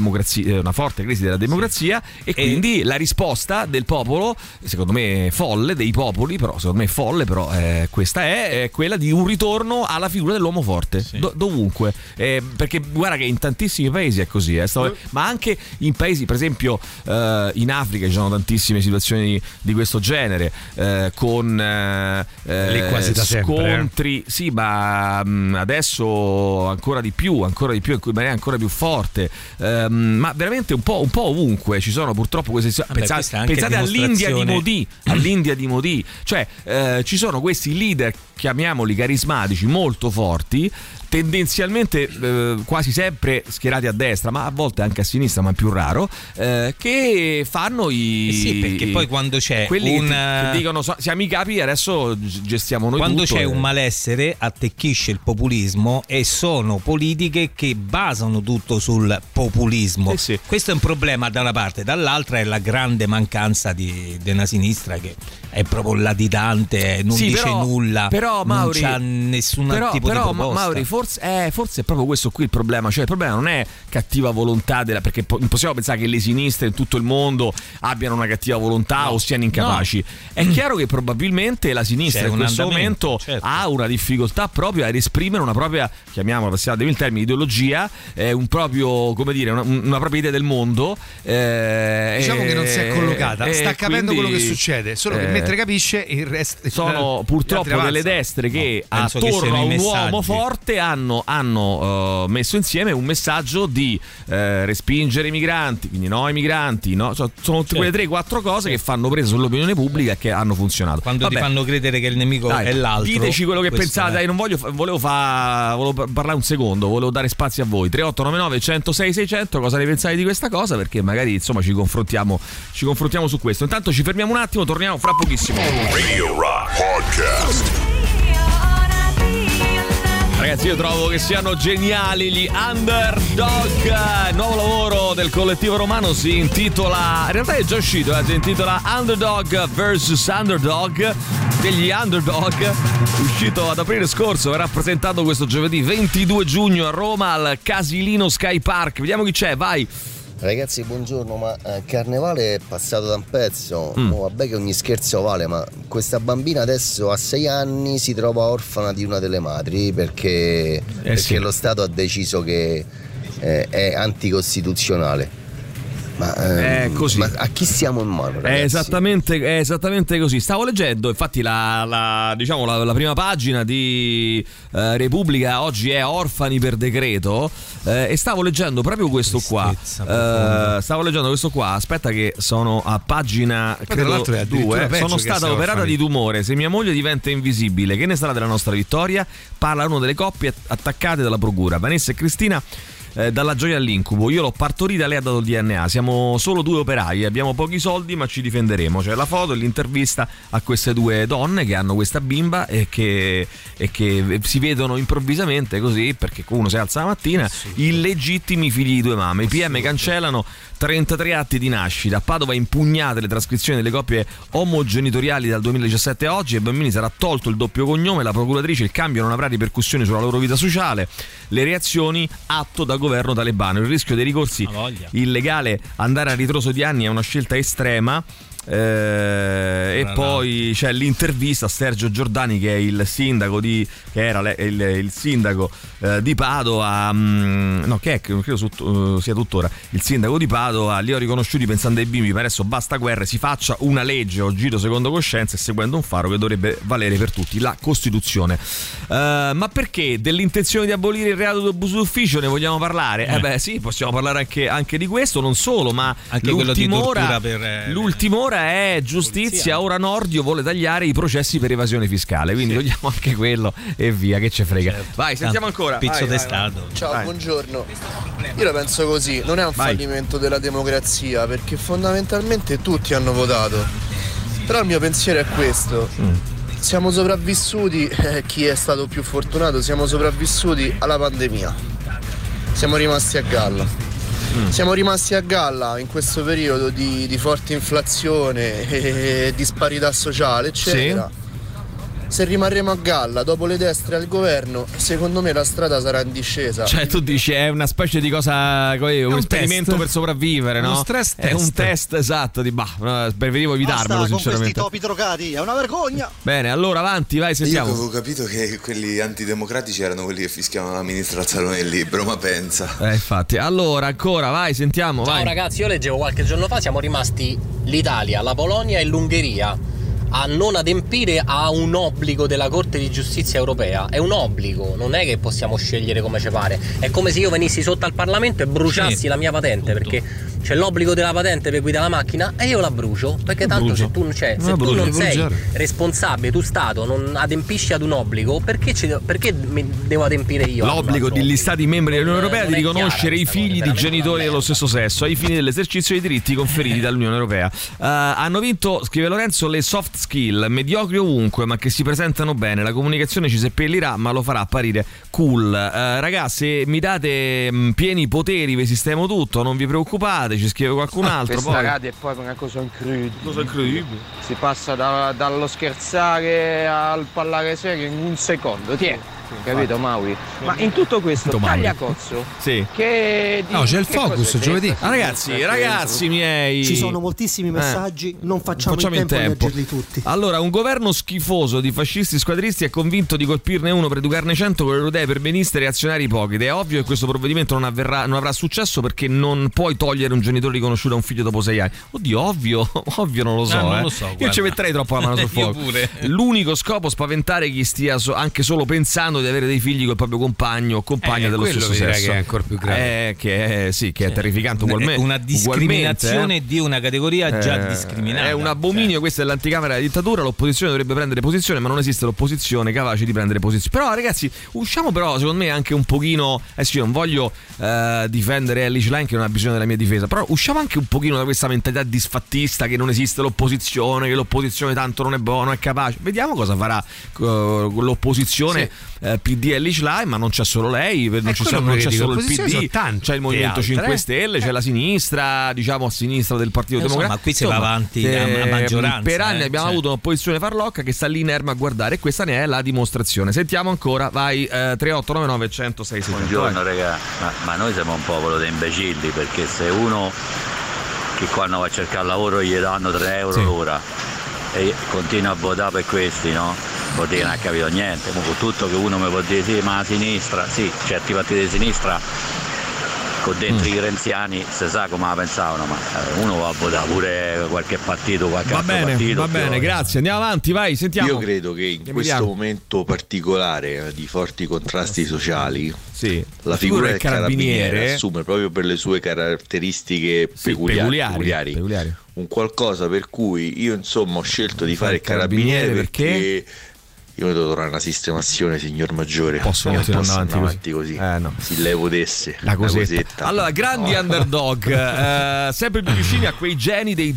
democrazia, e quindi la risposta del popolo, secondo me folle, dei popoli, però secondo me folle, però questa è quella di un ritorno alla figura dell'uomo forte, dovunque, perché guarda che in tantissimi paesi è così. Ma anche in paesi, per esempio in Africa ci sono tantissime situazioni di questo genere, con quasi da scontri, sì, ma adesso ancora di più, in maniera ancora più forte, ma veramente un po' ovunque ci sono purtroppo queste. Pensate all'India di Modi, cioè ci sono questi leader, chiamiamoli carismatici, molto forti, tendenzialmente quasi sempre schierati a destra, ma a volte anche a sinistra, ma più raro, che fanno sì, perché poi quando c'è quelli che dicono siamo i capi, adesso gestiamo noi quando tutto. C'è un malessere attecchisce il populismo, e sono politiche che basano tutto sul populismo. Sì. Questo è un problema da una parte, dall'altra è la grande mancanza di una sinistra che è proprio latitante, non dice nulla, però Mauri, non c'ha nessun tipo di proposta. Mauri, forse è proprio questo qui il problema. Cioè il problema non è cattiva volontà perché non possiamo pensare che le sinistre in tutto il mondo abbiano una cattiva volontà o siano incapaci. È chiaro che probabilmente la sinistra in questo momento ha una difficoltà proprio ad esprimere una propria, chiamiamola, passiamo il termine, ideologia, un proprio, come dire, una propria idea del mondo. Diciamo che non si è collocata, sta capendo quello che succede, solo che mentre capisce il resto sono purtroppo delle destre che attorno a un uomo forte hanno messo insieme un messaggio di respingere i migranti, quindi no ai migranti, no? Sono quelle 3-4 cose che fanno presa sull'opinione pubblica e che hanno funzionato. Quando ti fanno credere che il nemico è l'altro, diteci quello che pensate. Non volevo parlare un secondo, volevo dare spazio a voi. 3899 106 600, cosa ne pensate di questa cosa? Perché magari insomma ci confrontiamo su questo. Intanto ci fermiamo un attimo, torniamo fra pochissimo. Radio Rock Podcast. Ragazzi, io trovo che siano geniali gli Underdog. Il nuovo lavoro del collettivo romano si intitola, in realtà è già uscito, si intitola Underdog vs Underdog degli Underdog, uscito ad aprile scorso, verrà presentato questo giovedì 22 giugno a Roma al Casilino Sky Park. Vediamo chi c'è, vai. Ragazzi, buongiorno, ma Carnevale è passato da un pezzo, vabbè che ogni scherzo vale, ma questa bambina adesso a 6 anni si trova orfana di una delle madri perché lo Stato ha deciso che è anticostituzionale. Ma a chi siamo in mano, ragazzi? È esattamente così. Stavo leggendo, infatti la prima pagina di Repubblica oggi è orfani per decreto, e stavo leggendo proprio questo qua. Aspetta che sono a pagina credo 2. Sono stata operata di tumore, se mia moglie diventa invisibile, che ne sarà della nostra vittoria? Parla una delle coppie attaccate dalla procura, Vanessa e Cristina. Dalla gioia all'incubo, io l'ho partorita, lei ha dato il DNA, siamo solo 2 operai, abbiamo pochi soldi ma ci difenderemo. C'è la foto e l'intervista a queste 2 donne che hanno questa bimba e che si vedono improvvisamente così, perché uno si alza la mattina, illegittimi figli di 2 mamme. I PM cancellano 33 atti di nascita. A Padova impugnate le trascrizioni delle coppie omogenitoriali dal 2017 a oggi. Ai bambini sarà tolto il doppio cognome. La procuratrice: il cambio non avrà ripercussioni sulla loro vita sociale. Le reazioni: atto da governo talebano. Il rischio dei ricorsi illegale, andare a ritroso di anni è una scelta estrema. E poi c'è l'intervista a Sergio Giordani, che è il sindaco di Padova, credo sia tuttora il sindaco di Padova. Li ho riconosciuti pensando ai bimbi, ma adesso basta guerre, si faccia una legge. Ho agito secondo coscienza e seguendo un faro che dovrebbe valere per tutti, la Costituzione. Ma perché dell'intenzione di abolire il reato di abuso d'ufficio ne vogliamo parlare? Sì, possiamo parlare anche di questo, non solo, ma anche l'ultima ora è giustizia. Ora Nordio vuole tagliare i processi per evasione fiscale, quindi togliamo anche quello e via, che ce frega. Vai, sentiamo ancora. Pizzo testato. Ciao, buongiorno. Io la penso così, non è un fallimento della democrazia, perché fondamentalmente tutti hanno votato. Però il mio pensiero è questo. Siamo sopravvissuti, chi è stato più fortunato, siamo sopravvissuti alla pandemia. Siamo rimasti a galla. Siamo rimasti a galla in questo periodo di forte inflazione e disparità sociale, eccetera. Se rimarremo a galla dopo le destre al governo, secondo me la strada sarà in discesa. Cioè, tu dici è una specie di cosa, un esperimento per sopravvivere, no? Uno stress test. È un test, esatto, preferivo evitarmelo, sinceramente. Con questi topi drogati, è una vergogna. Bene, allora avanti, vai, sentiamo. Io avevo capito che quelli antidemocratici erano quelli che fischiavano la ministra al Salone del Libro, ma pensa. Infatti, allora ancora, vai, sentiamo. Ciao ragazzi, io leggevo qualche giorno fa, siamo rimasti l'Italia, la Polonia e l'Ungheria a non adempiere a un obbligo della Corte di Giustizia Europea. È un obbligo, non è che possiamo scegliere come ci pare. È come se io venissi sotto al Parlamento e bruciassi la mia patente, perché c'è l'obbligo della patente per guidare la macchina e io la brucio, perché tanto se tu non sei responsabile, tu Stato non adempisci ad un obbligo, perché mi devo adempiere io? L'obbligo degli Stati membri dell'Unione Europea di riconoscere i figli di genitori dello stesso sesso ai fini dell'esercizio dei diritti conferiti dall'Unione Europea. Hanno vinto, scrive Lorenzo, le soft skill, mediocri ovunque ma che si presentano bene. La comunicazione ci seppellirà ma lo farà apparire cool. Ragazzi, mi date pieni poteri, vi sistemo tutto, non vi preoccupate. Ci scrive qualcun altro. Questa radio è poi una cosa incredibile. Si passa dallo scherzare al parlare serio in un secondo. capito Maui? Ma in tutto questo Tagliacozzo, sì. che no, c'è il focus giovedì. Ragazzi miei, ci sono moltissimi messaggi, non facciamo in tempo a leggerli tutti. Allora, un governo schifoso di fascisti squadristi è convinto di colpirne uno per educarne 100 con le idee perbeniste e reazionari ipocriti. È ovvio che questo provvedimento non avrà successo, perché non puoi togliere un genitore riconosciuto a un figlio dopo 6 anni. Oddio, ovvio non lo so. Non lo so, io ci metterei troppo la mano sul fuoco. L'unico scopo spaventare chi stia anche solo pensando di avere dei figli col proprio compagno o compagna dello stesso sesso. Che è ancora più grave. Che è terrificante ugualmente. Una discriminazione di una categoria già discriminata. È un abominio, questa è l'anticamera della dittatura. L'opposizione dovrebbe prendere posizione, ma non esiste l'opposizione capace di prendere posizione. Però ragazzi, usciamo però secondo me anche un pochino, sì, non voglio difendere Ellie Schlein, che non ha bisogno della mia difesa, però usciamo anche un pochino da questa mentalità disfattista che non esiste l'opposizione, che l'opposizione tanto non è buona, non è capace. Vediamo cosa farà l'opposizione, PD e Ellie Schlein, ma non c'è solo lei, non c'è solo il PD, c'è il Movimento 5 Stelle, c'è la sinistra, diciamo a sinistra del Partito Democratico. Ma qui si va avanti a maggioranza. Per anni abbiamo avuto un'opposizione farlocca che sta lì inerme a guardare, e questa ne è la dimostrazione. Sentiamo ancora, vai, 3899 106 600. Buongiorno raga, ma noi siamo un popolo di imbecilli, perché se uno che quando va a cercare lavoro gli danno 3 euro l'ora e continua a votare per questi, no? Vuol dire che non ha capito niente. Con tutto che uno mi può dire sì, ma la sinistra, sì, certi partiti di sinistra con dentro i renziani si sa come la pensavano, ma uno va a votare pure qualche partito, qualche altro partito. Va bene, grazie, andiamo avanti, vai, sentiamo. Io credo che in questo momento particolare di forti contrasti sociali, la figura del carabiniere assume, proprio per le sue caratteristiche peculiari un qualcosa per cui io insomma ho scelto di fare il carabiniere perché io mi devo trovare una sistemazione, signor Maggiore. Posso andare avanti così? No. Si levodesse la cosetta. Allora, grandi underdog, sempre più vicini a quei geni dei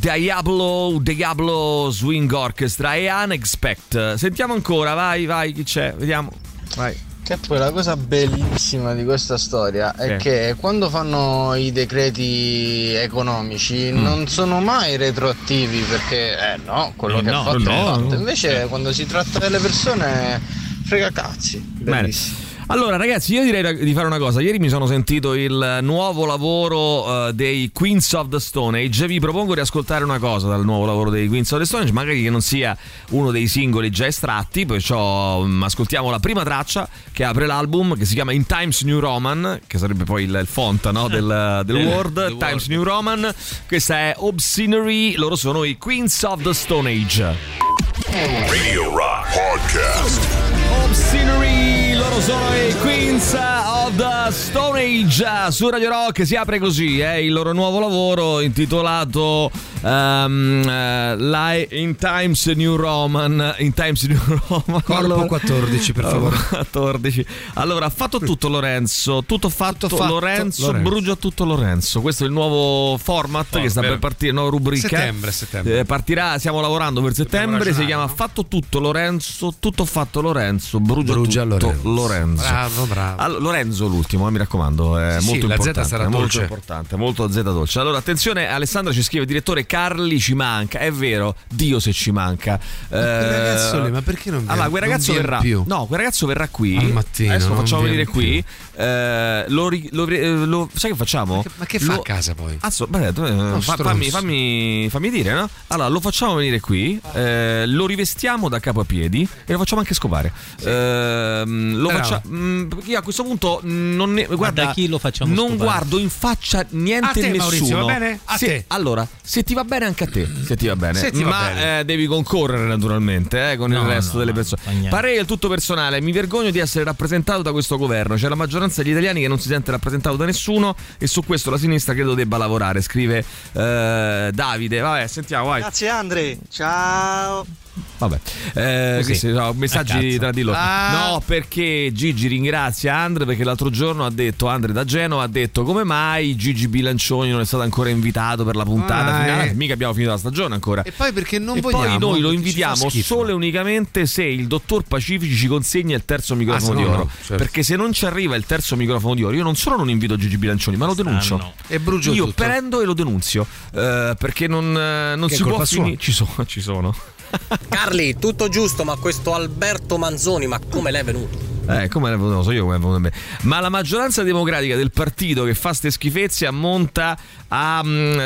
Diablo Swing Orchestra e Unexpect. Sentiamo ancora, vai, chi c'è? Vediamo, vai. Che poi la cosa bellissima di questa storia è che quando fanno i decreti economici non sono mai retroattivi, perché quello che ha fatto è fatto. Invece quando si tratta delle persone frega cazzi. Bellissimo. Allora ragazzi, io direi di fare una cosa. Ieri mi sono sentito il nuovo lavoro dei Queens of the Stone Age. Vi propongo di ascoltare una cosa dal nuovo lavoro dei Queens of the Stone Age, magari che non sia uno dei singoli già estratti, perciò ascoltiamo la prima traccia che apre l'album, che si chiama In Times New Roman, che sarebbe poi il font, no, del Word, Times New Roman. Questa è Obscenery, loro sono i Queens of the Stone Age. Radio Rock Podcast. Obscenery, loro sono i Queens of the Stone Age su Radio Rock. Si apre così il loro nuovo lavoro intitolato In Times New Roman. Corpo 14, per favore. 14. Allora, fatto tutto Lorenzo, tutto fatto Lorenzo, brucia tutto Lorenzo. Questo è il nuovo format che sta per partire, nuova rubrica. Settembre. Partirà, stiamo lavorando per settembre, si chiama Fatto tutto Lorenzo, tutto fatto Lorenzo, brucia tutto Lorenzo. Bravo. Lorenzo l'ultimo, mi raccomando, è molto importante. La Z sarà dolce. Molto importante, molto Z dolce. Allora, attenzione, Alessandra ci scrive: direttore, Carli ci manca. È vero, Dio se ci manca. Quel ragazzo lì, ma perché non viene? Allora, quel ragazzo verrà più? No, quel ragazzo verrà qui al mattino. Adesso lo facciamo venire qui. Sai che facciamo? Ma che fa a casa poi? Fammi dire, no? Allora, lo facciamo venire qui, lo rivestiamo da capo a piedi e lo facciamo anche scopare. Io a questo punto guarda, chi lo facciamo non scopare? Guardo in faccia niente e nessuno. Maurizio, va bene? A te. Allora, se ti va bene anche a te, se ti va bene, devi concorrere naturalmente con il resto delle persone. Parere del tutto personale, mi vergogno di essere rappresentato da questo governo. C'è la maggioranza degli italiani che non si sente rappresentato da nessuno e su questo la sinistra credo debba lavorare, scrive Davide. Vabbè, sentiamo, vai. Grazie Andre, ciao. Vabbè, questi sono messaggi tra di loro. No, perché Gigi ringrazia Andre perché l'altro giorno ha detto, Andre da Genova ha detto: come mai Gigi Bilancioni non è stato ancora invitato per la puntata finale? Mica abbiamo finito la stagione ancora. E poi perché non vogliamo? Poi noi lo invitiamo solo e unicamente se il dottor Pacifici ci consegna il terzo microfono di oro. Certo. Perché se non ci arriva il terzo microfono di oro, io non solo non invito Gigi Bilancioni, ma lo denuncio. E brugio io tutto. prendo e lo denunzio, perché non si può finire. Ci sono. Carli, tutto giusto, ma questo Alberto Manzoni, ma come l'è venuto? Come non lo so io come è venuto a me. Ma la maggioranza democratica del partito che fa ste schifezze ammonta a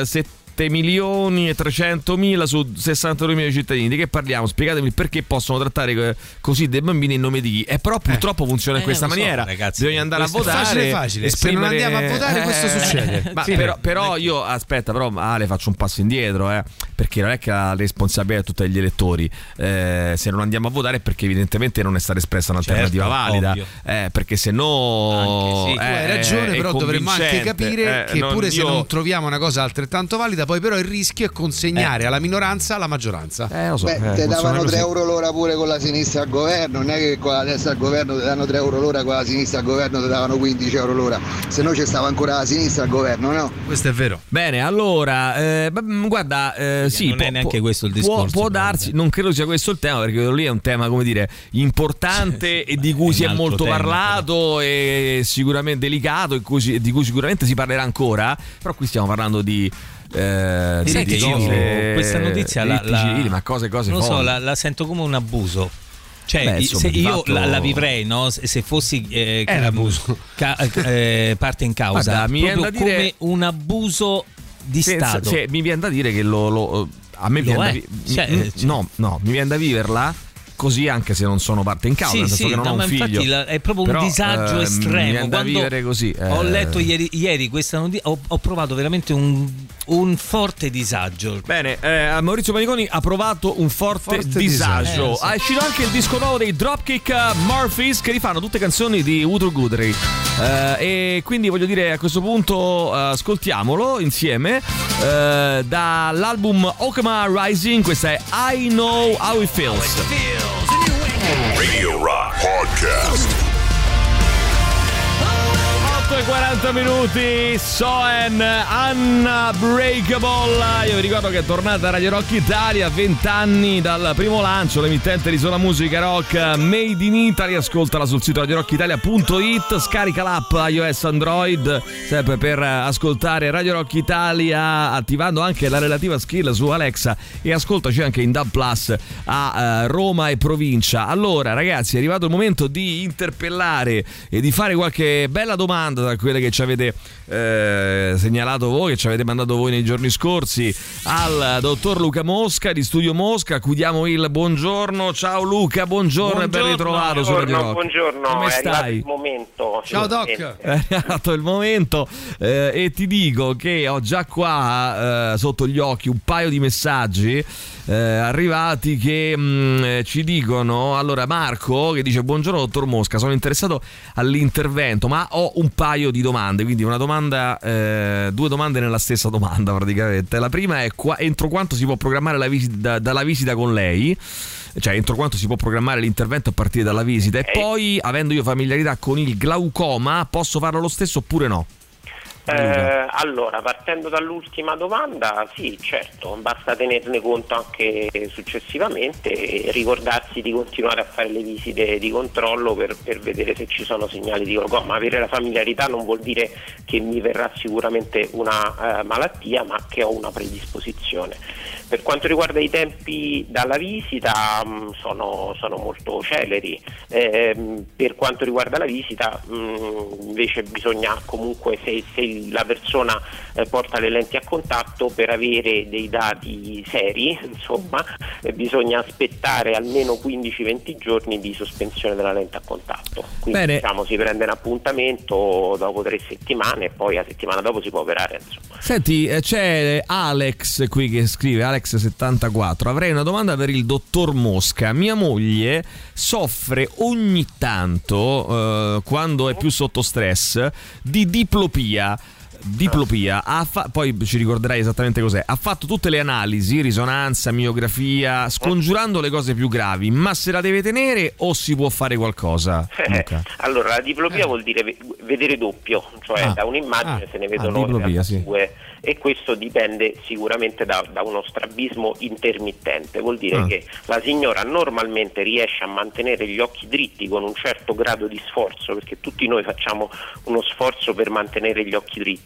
7.300.000 su 62.000 cittadini. Di che parliamo? Spiegatemi perché possono trattare così dei bambini in nome di chi. Però purtroppo funziona in questa maniera, ragazzi. Bisogna andare a votare. È facile. Se non andiamo a votare questo succede. Ma però io però Ale, faccio un passo indietro, perché non è che la responsabilità è tutta degli elettori. Se non andiamo a votare è perché evidentemente non è stata espressa un'alternativa valida, perché se no tu hai ragione, però dovremmo anche capire che pure se non troviamo una cosa altrettanto valida, poi però il rischio è consegnare alla minoranza la maggioranza. Lo so. Te davano 3 euro l'ora pure con la sinistra al governo, non è che con la destra al governo ti danno 3 euro l'ora, con la sinistra al governo ti davano 15 euro l'ora, se no c'è stava ancora la sinistra al governo, no? Questo è vero. Bene, allora guarda, sì, non è neanche questo il discorso. Può darsi, non credo sia questo il tema, perché lì è un tema, come dire, importante e di cui si è molto parlato, però. E sicuramente delicato, e di cui sicuramente si parlerà ancora, però qui stiamo parlando di questa notizia ma cose non lo so, la sento come un abuso. Cioè, insomma, se io la vivrei, no? Se fossi parte in causa, guarda, mi proprio viene da dire, come un abuso di Stato. Cioè, mi viene da dire che a me viene mi viene da viverla così, anche se non sono parte in causa, nel senso che non ho un figlio. Infatti è proprio un disagio estremo. Da vivere così. Ho letto ieri questa notizia, ho provato veramente un forte disagio. Bene, Maurizio Paniconi ha provato un forte disagio. Sì. Ha uscito anche il disco nuovo dei Dropkick Murphys, che rifanno tutte canzoni di Woodrow Guthrie, e quindi voglio dire, a questo punto ascoltiamolo insieme, dall'album Okama Rising. Questa è I Know How It Feels. Radio Rock Podcast. 8:40 minuti, Soen, Unbreakable. Io vi ricordo che è tornata Radio Rock Italia, 20 anni dal primo lancio, l'emittente di sola musica rock made in Italy. Ascoltala sul sito radiorockyitalia.it, scarica l'app iOS Android sempre per ascoltare Radio Rock Italia, attivando anche la relativa skill su Alexa, e ascoltaci anche in DAB Plus a Roma e provincia. Allora ragazzi, è arrivato il momento di interpellare e di fare qualche bella domanda da quelle che ci avete segnalato voi, che ci avete mandato voi nei giorni scorsi, al dottor Luca Mosca di Studio Mosca, a cui diamo il buongiorno. Ciao Luca, buongiorno e ben ritrovato su Radio Rock. Buongiorno, come stai? È il momento. Ciao Doc. È arrivato il momento, e ti dico che ho già qua sotto gli occhi un paio di messaggi arrivati che ci dicono. Allora, Marco che dice: buongiorno dottor Mosca, sono interessato all'intervento, ma ho un paio di domande, quindi una domanda, due domande nella stessa domanda praticamente. La prima è entro quanto si può programmare la visita, dalla visita con lei, cioè entro quanto si può programmare l'intervento a partire dalla visita, e poi, avendo io familiarità con il glaucoma, posso farlo lo stesso oppure no? Allora, partendo dall'ultima domanda, sì, certo, basta tenerne conto anche successivamente e ricordarsi di continuare a fare le visite di controllo per vedere se ci sono segnali di glaucoma. Avere la familiarità non vuol dire che mi verrà sicuramente una malattia, ma che ho una predisposizione. Per quanto riguarda i tempi dalla visita, sono molto celeri. Per quanto riguarda la visita, invece bisogna comunque, se la persona porta le lenti a contatto, per avere dei dati seri, insomma, bisogna aspettare almeno 15-20 giorni di sospensione della lente a contatto. Quindi diciamo, si prende un appuntamento dopo 3 settimane e poi la settimana dopo si può operare, insomma. Senti, c'è Alex qui che scrive, Alex74: avrei una domanda per il dottor Mosca. Mia moglie soffre ogni tanto, quando è più sotto stress, di diplopia. Poi ci ricorderai esattamente cos'è. Ha fatto tutte le analisi, risonanza, miografia, scongiurando le cose più gravi, ma se la deve tenere o si può fare qualcosa? Allora, la diplopia vuol dire vedere doppio, cioè da un'immagine se ne vedono due, e questo dipende sicuramente da uno strabismo intermittente. Vuol dire che la signora normalmente riesce a mantenere gli occhi dritti con un certo grado di sforzo, perché tutti noi facciamo uno sforzo per mantenere gli occhi dritti,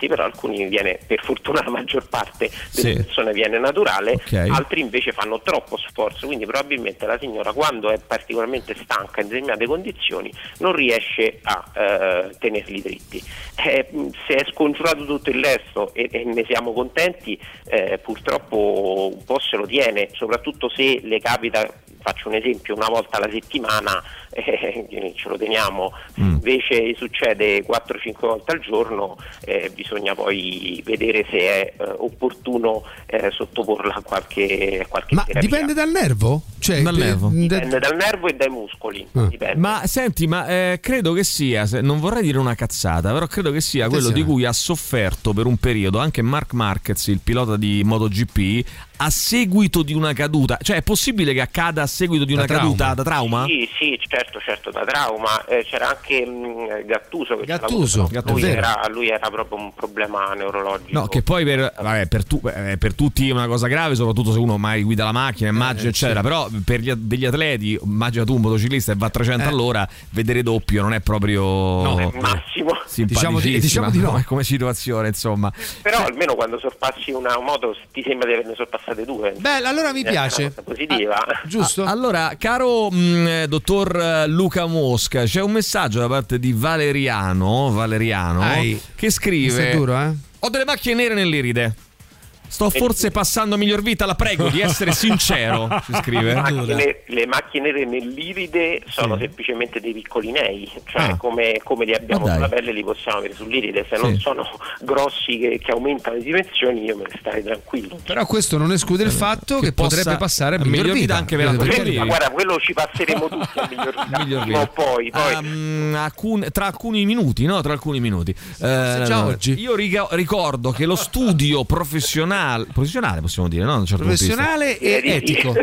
diritti, però alcuni viene, per fortuna la maggior parte delle persone viene naturale, altri invece fanno troppo sforzo, quindi probabilmente la signora, quando è particolarmente stanca in determinate condizioni, non riesce a tenerli dritti. Se è scongiurato tutto il resto e ne siamo contenti, purtroppo un po' se lo tiene, soprattutto se le capita, faccio un esempio, una volta alla settimana ce lo teniamo, invece succede 4-5 volte al giorno, bisogna poi vedere se è opportuno sottoporla a qualche ma terapia. Dipende dal nervo? Cioè, dipende dal nervo e dai muscoli. Ma senti, credo che sia, non vorrei dire una cazzata, però credo che sia quello di cui ha sofferto per un periodo anche Marc Marquez, il pilota di MotoGP, a seguito di una caduta. Cioè, è possibile che accada a seguito di una caduta da trauma? Sì, certo, da trauma. C'era anche Gattuso, che lui era proprio un problema neurologico. No, che poi per tutti è una cosa grave, soprattutto se uno mai guida la macchina, immagino, eccetera. Però per degli atleti, immagina tu un motociclista e va a 300 all'ora, vedere doppio non è proprio massimo. Diciamo di no, come situazione, insomma. Però almeno quando sorpassi una moto ti sembra di averne sorpassate due. Beh, allora mi piace. È una cosa positiva. Giusto? Allora, caro dottor Luca Mosca, c'è un messaggio da parte di Valeriano che scrive: è duro, ho delle macchie nere nell'iride. Sto forse passando miglior vita, la prego di essere sincero, si scrive. Le macchie nere nell'iride sono semplicemente dei piccolinei, cioè come li abbiamo sulla pelle li possiamo avere sull'iride, se non sono grossi che aumentano le dimensioni, io me ne starei tranquillo. Però questo non esclude il fatto che potrebbe passare a miglior vita anche per la guarda, quello ci passeremo tutti a miglior vita. Poi. Tra alcuni minuti, no? Già oggi. Io ricordo che lo studio professionale possiamo dire, no? Professionale ed etico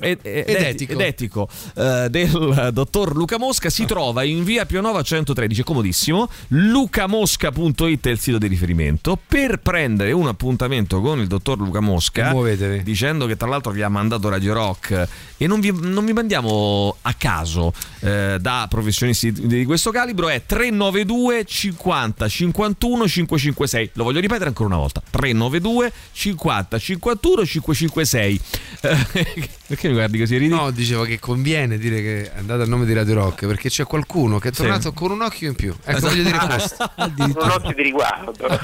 del dottor Luca Mosca si trova in via Pionova 113, è comodissimo. lucamosca.it è il sito di riferimento. Per prendere un appuntamento con il dottor Luca Mosca, muovetevi, dicendo che tra l'altro vi ha mandato Radio Rock, e non vi mandiamo a caso da professionisti di questo calibro, è 392 50 51 556. Lo voglio ripetere ancora una volta: 392 50 51 556. Perché mi guardi così? Ridi? No, dicevo che conviene dire che è andato a nome di Radio Rock, perché c'è qualcuno che è tornato con un occhio in più. Ecco, voglio dire questo. Un occhio di riguardo.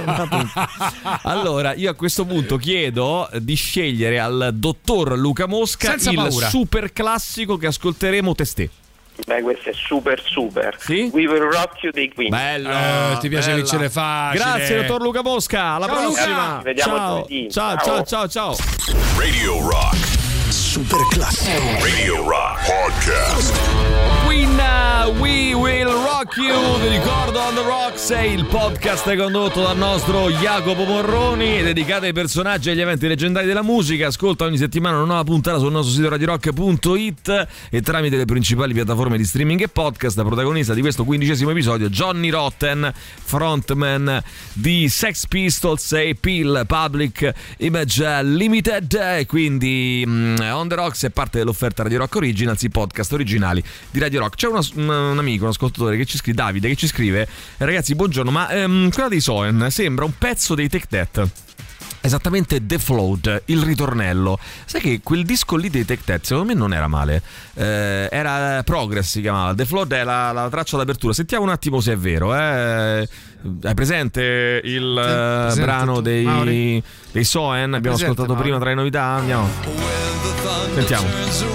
Allora, io a questo punto chiedo di scegliere al dottor Luca Mosca senza paura, super classico che ascolteremo testè. Beh, questo è super. Sì? We Will Rock You dei Queen. Bello, ti piace vincere facile. Grazie dottor Luca Mosca, alla prossima. Vediamo ciao. Radio Rock super classico. Radio Rock Podcast. Queen, We Will Rock You. Vi ricordo, On The Rocks è il podcast condotto dal nostro Jacopo Morroni, dedicato ai personaggi e agli eventi leggendari della musica. Ascolta ogni settimana una nuova puntata sul nostro sito radiorock.it e tramite le principali piattaforme di streaming e podcast. Protagonista di questo 15° episodio Johnny Rotten, frontman di Sex Pistols e Peel Public Image Limited. Quindi On The Rocks è parte dell'offerta Radio Rock Originals, i podcast originali di Radio Rock. C'è un amico, un ascoltatore che ci scrive, Davide, che ci scrive: ragazzi, buongiorno, ma quella dei Soen sembra un pezzo dei Take That. Esattamente The Float, il ritornello. Sai che quel disco lì dei Take That secondo me non era male, era Progress, si chiamava. The Float è la traccia d'apertura. Sentiamo un attimo se è vero. Hai presente il brano dei Soen? Abbiamo ascoltato prima tra le novità. Andiamo, sentiamo.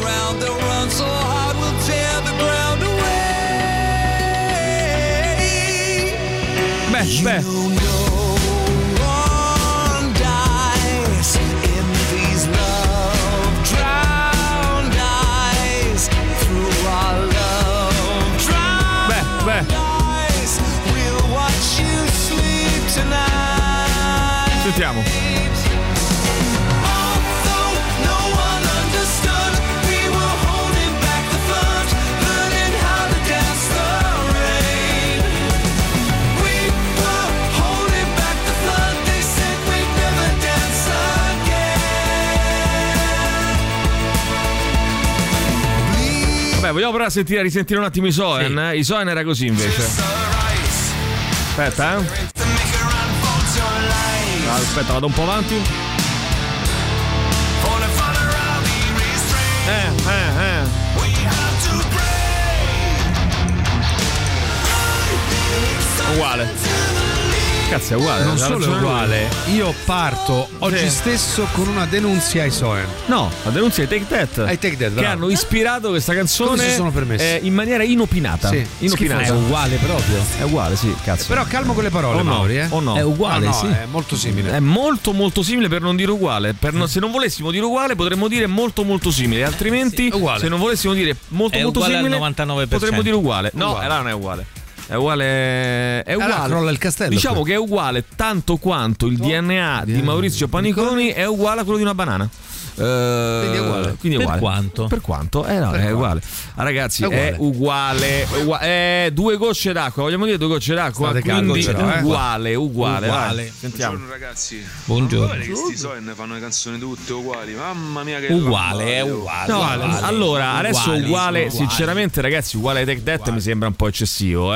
Beh. Sentiamo. Vabbè, vogliamo provare a risentire un attimo i Soen? Sì. I Soen era così invece. Aspetta, Aspetta, vado un po' avanti. Uguale. Cazzo, è uguale. Non solo è uguale, io parto oggi stesso con una denunzia ai Soen. No, la denunzia ai Take That. Che hanno ispirato questa canzone. Si sono permessi? In maniera inopinata. Sì. Inopinata. È uguale proprio. È uguale, sì, cazzo. Però calmo con le parole, Mauri, O no? È uguale, no, sì. È molto simile. È molto molto simile, per non dire uguale. Se non volessimo dire uguale, potremmo dire molto molto simile. Altrimenti, se non volessimo dire molto è molto simile, al 99%. potremmo dire uguale. No, non è uguale. È uguale. Crolla il castello. Diciamo che è uguale tanto quanto il DNA di Maurizio Paniconi è uguale a quello di una banana. Quindi è uguale. Per quanto? Per quanto? È uguale. Ragazzi, è uguale. Due gocce d'acqua. Vogliamo dire due gocce d'acqua? Quindi uguale. Sentiamo. Buongiorno ragazzi. Buongiorno. Questi Soen fanno le canzoni tutte uguali. Mamma mia, che è uguale. No, allora, adesso uguale. Sinceramente, ragazzi, uguale ai Take That mi sembra un po' eccessivo.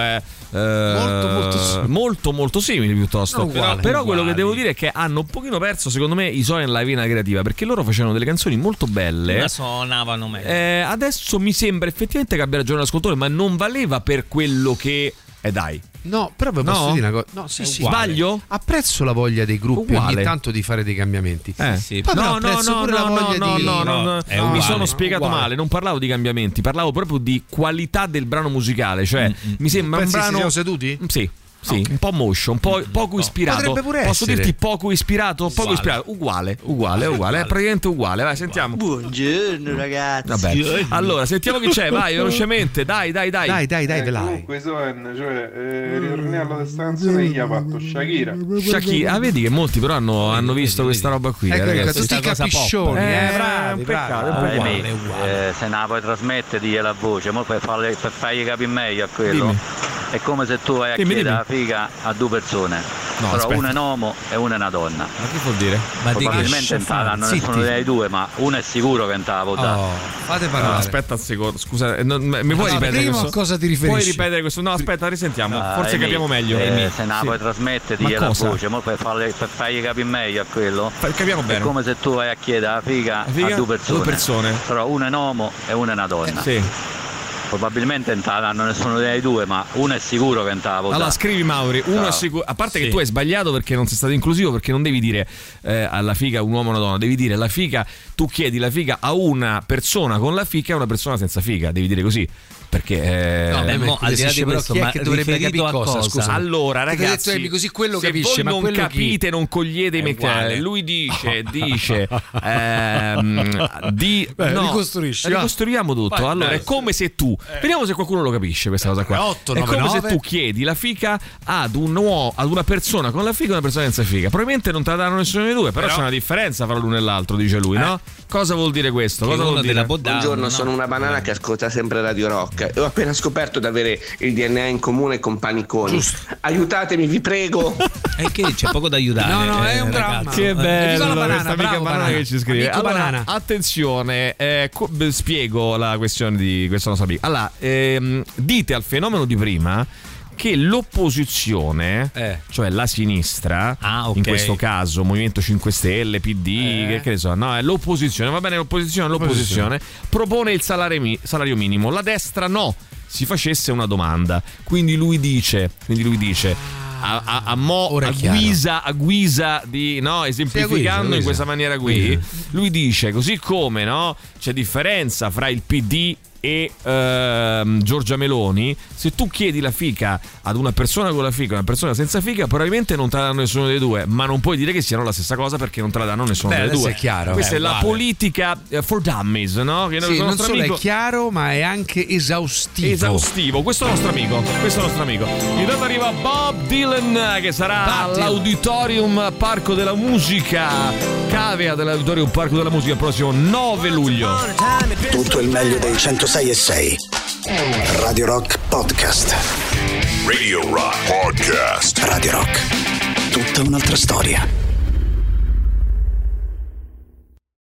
Molto simili piuttosto. Però quello che devo dire è che hanno un pochino perso, secondo me, i Soen la vena creativa, perché loro facevano delle canzoni molto belle, ma suonavano meglio. Adesso mi sembra effettivamente che abbia ragione l'ascoltatore, ma non valeva per quello che dai. No, però posso dire una cosa. No, sì, sbaglio? Apprezzo la voglia dei gruppi ogni tanto di fare dei cambiamenti. Sì. No, mi sono spiegato male, non parlavo di cambiamenti, parlavo proprio di qualità del brano musicale, cioè mi sembra un brano. Siamo seduti? Sì. Sì, un po' moscio, un po' poco ispirato. Potrebbe pure Posso essere. dirti poco ispirato? Poco ispirato. Uguale. È praticamente uguale. Vai, sentiamo. Buongiorno ragazzi. Vabbè. Allora, sentiamo chi c'è. Vai, velocemente. Dai. Comunque Soen, ritorniamo alla stanzione, gli ha fatto Shakira. Vedi che molti però hanno visto questa roba qui. Ragazzi. Tutti i capiscioni. Bravi. Peccato, è uguale. Se non la puoi trasmettere, digli la voce, ma per fargli capire meglio a quello. Dimmi. È come se tu vai a chiedere la figa a due persone, però una è un uomo e una è una donna. Ma che vuol dire? Probabilmente non hanno nessuno dei due, ma uno è sicuro che non te la può dare. Fate parlare. Aspetta un secondo, scusa, mi puoi ripetere questo? A cosa ti riferisci? Puoi ripetere questo? No, aspetta, risentiamo. Forse capiamo meglio. Se non la puoi trasmettere, digli la voce, ma per fargli capire meglio a quello. Capiamo bene. È come se tu vai a chiedere la figa a due persone, però una è un uomo e una è una donna. Sì. Probabilmente non te la danno nessuno dei due, ma uno è sicuro che non te la può dare. Allora scrivi Mauri, uno è sicuro. A parte che tu hai sbagliato perché non sei stato inclusivo, perché non devi dire alla figa un uomo o una donna, devi dire la figa, tu chiedi la figa a una persona con la figa e a una persona senza figa, devi dire così. Perché al di là di questo, ma che dovrebbe capire cosa? Scusa. Allora, ragazzi, così quello se capisce, voi ma non capite, non cogliete i meccanici. Lui dice ricostruiamo tutto. Vai, allora, è come se tu vediamo se qualcuno lo capisce questa cosa qua. 8, 9, è come 9. se tu chiedi la fica ad una persona con la figa e una persona senza figa. Probabilmente non te la danno nessuno dei due, però c'è una differenza fra l'uno e l'altro, dice lui, no? Cosa vuol dire questo? Cosa vuol dire? Buongiorno, sono una banana che ascolta sempre Radio Rock e ho appena scoperto di avere il DNA in comune con Paniconi. Aiutatemi, vi prego. E che c'è poco da aiutare. No, è un dramma. Che bello, questa amica banana che ci scrive. Allora, banana. Attenzione, spiego la questione di questo nostro amico. Allora, dite al fenomeno di prima che l'opposizione, cioè la sinistra, in questo caso Movimento 5 Stelle, PD, che ne so, no, è l'opposizione, va bene, l'opposizione propone il salario minimo, la destra no, si facesse una domanda. Quindi lui dice a guisa di esemplificando in questa maniera qui, lui dice così come c'è differenza fra il PD e Giorgia Meloni, se tu chiedi la fica ad una persona con la fica e una persona senza fica, probabilmente non te la danno nessuno dei due, ma non puoi dire che siano la stessa cosa perché non te la danno nessuno dei due. È chiaro. Questa è la politica for dummies, no? Che non solo è chiaro, ma è anche esaustivo. Questo è il nostro amico. Intanto arriva Bob Dylan, che sarà all'Auditorium Parco della Musica, cavea dell'Auditorium Parco della Musica il prossimo 9 luglio. Tutto il meglio dei 106.6 Radio Rock Podcast. Radio Rock Podcast. Radio Rock, tutta un'altra storia.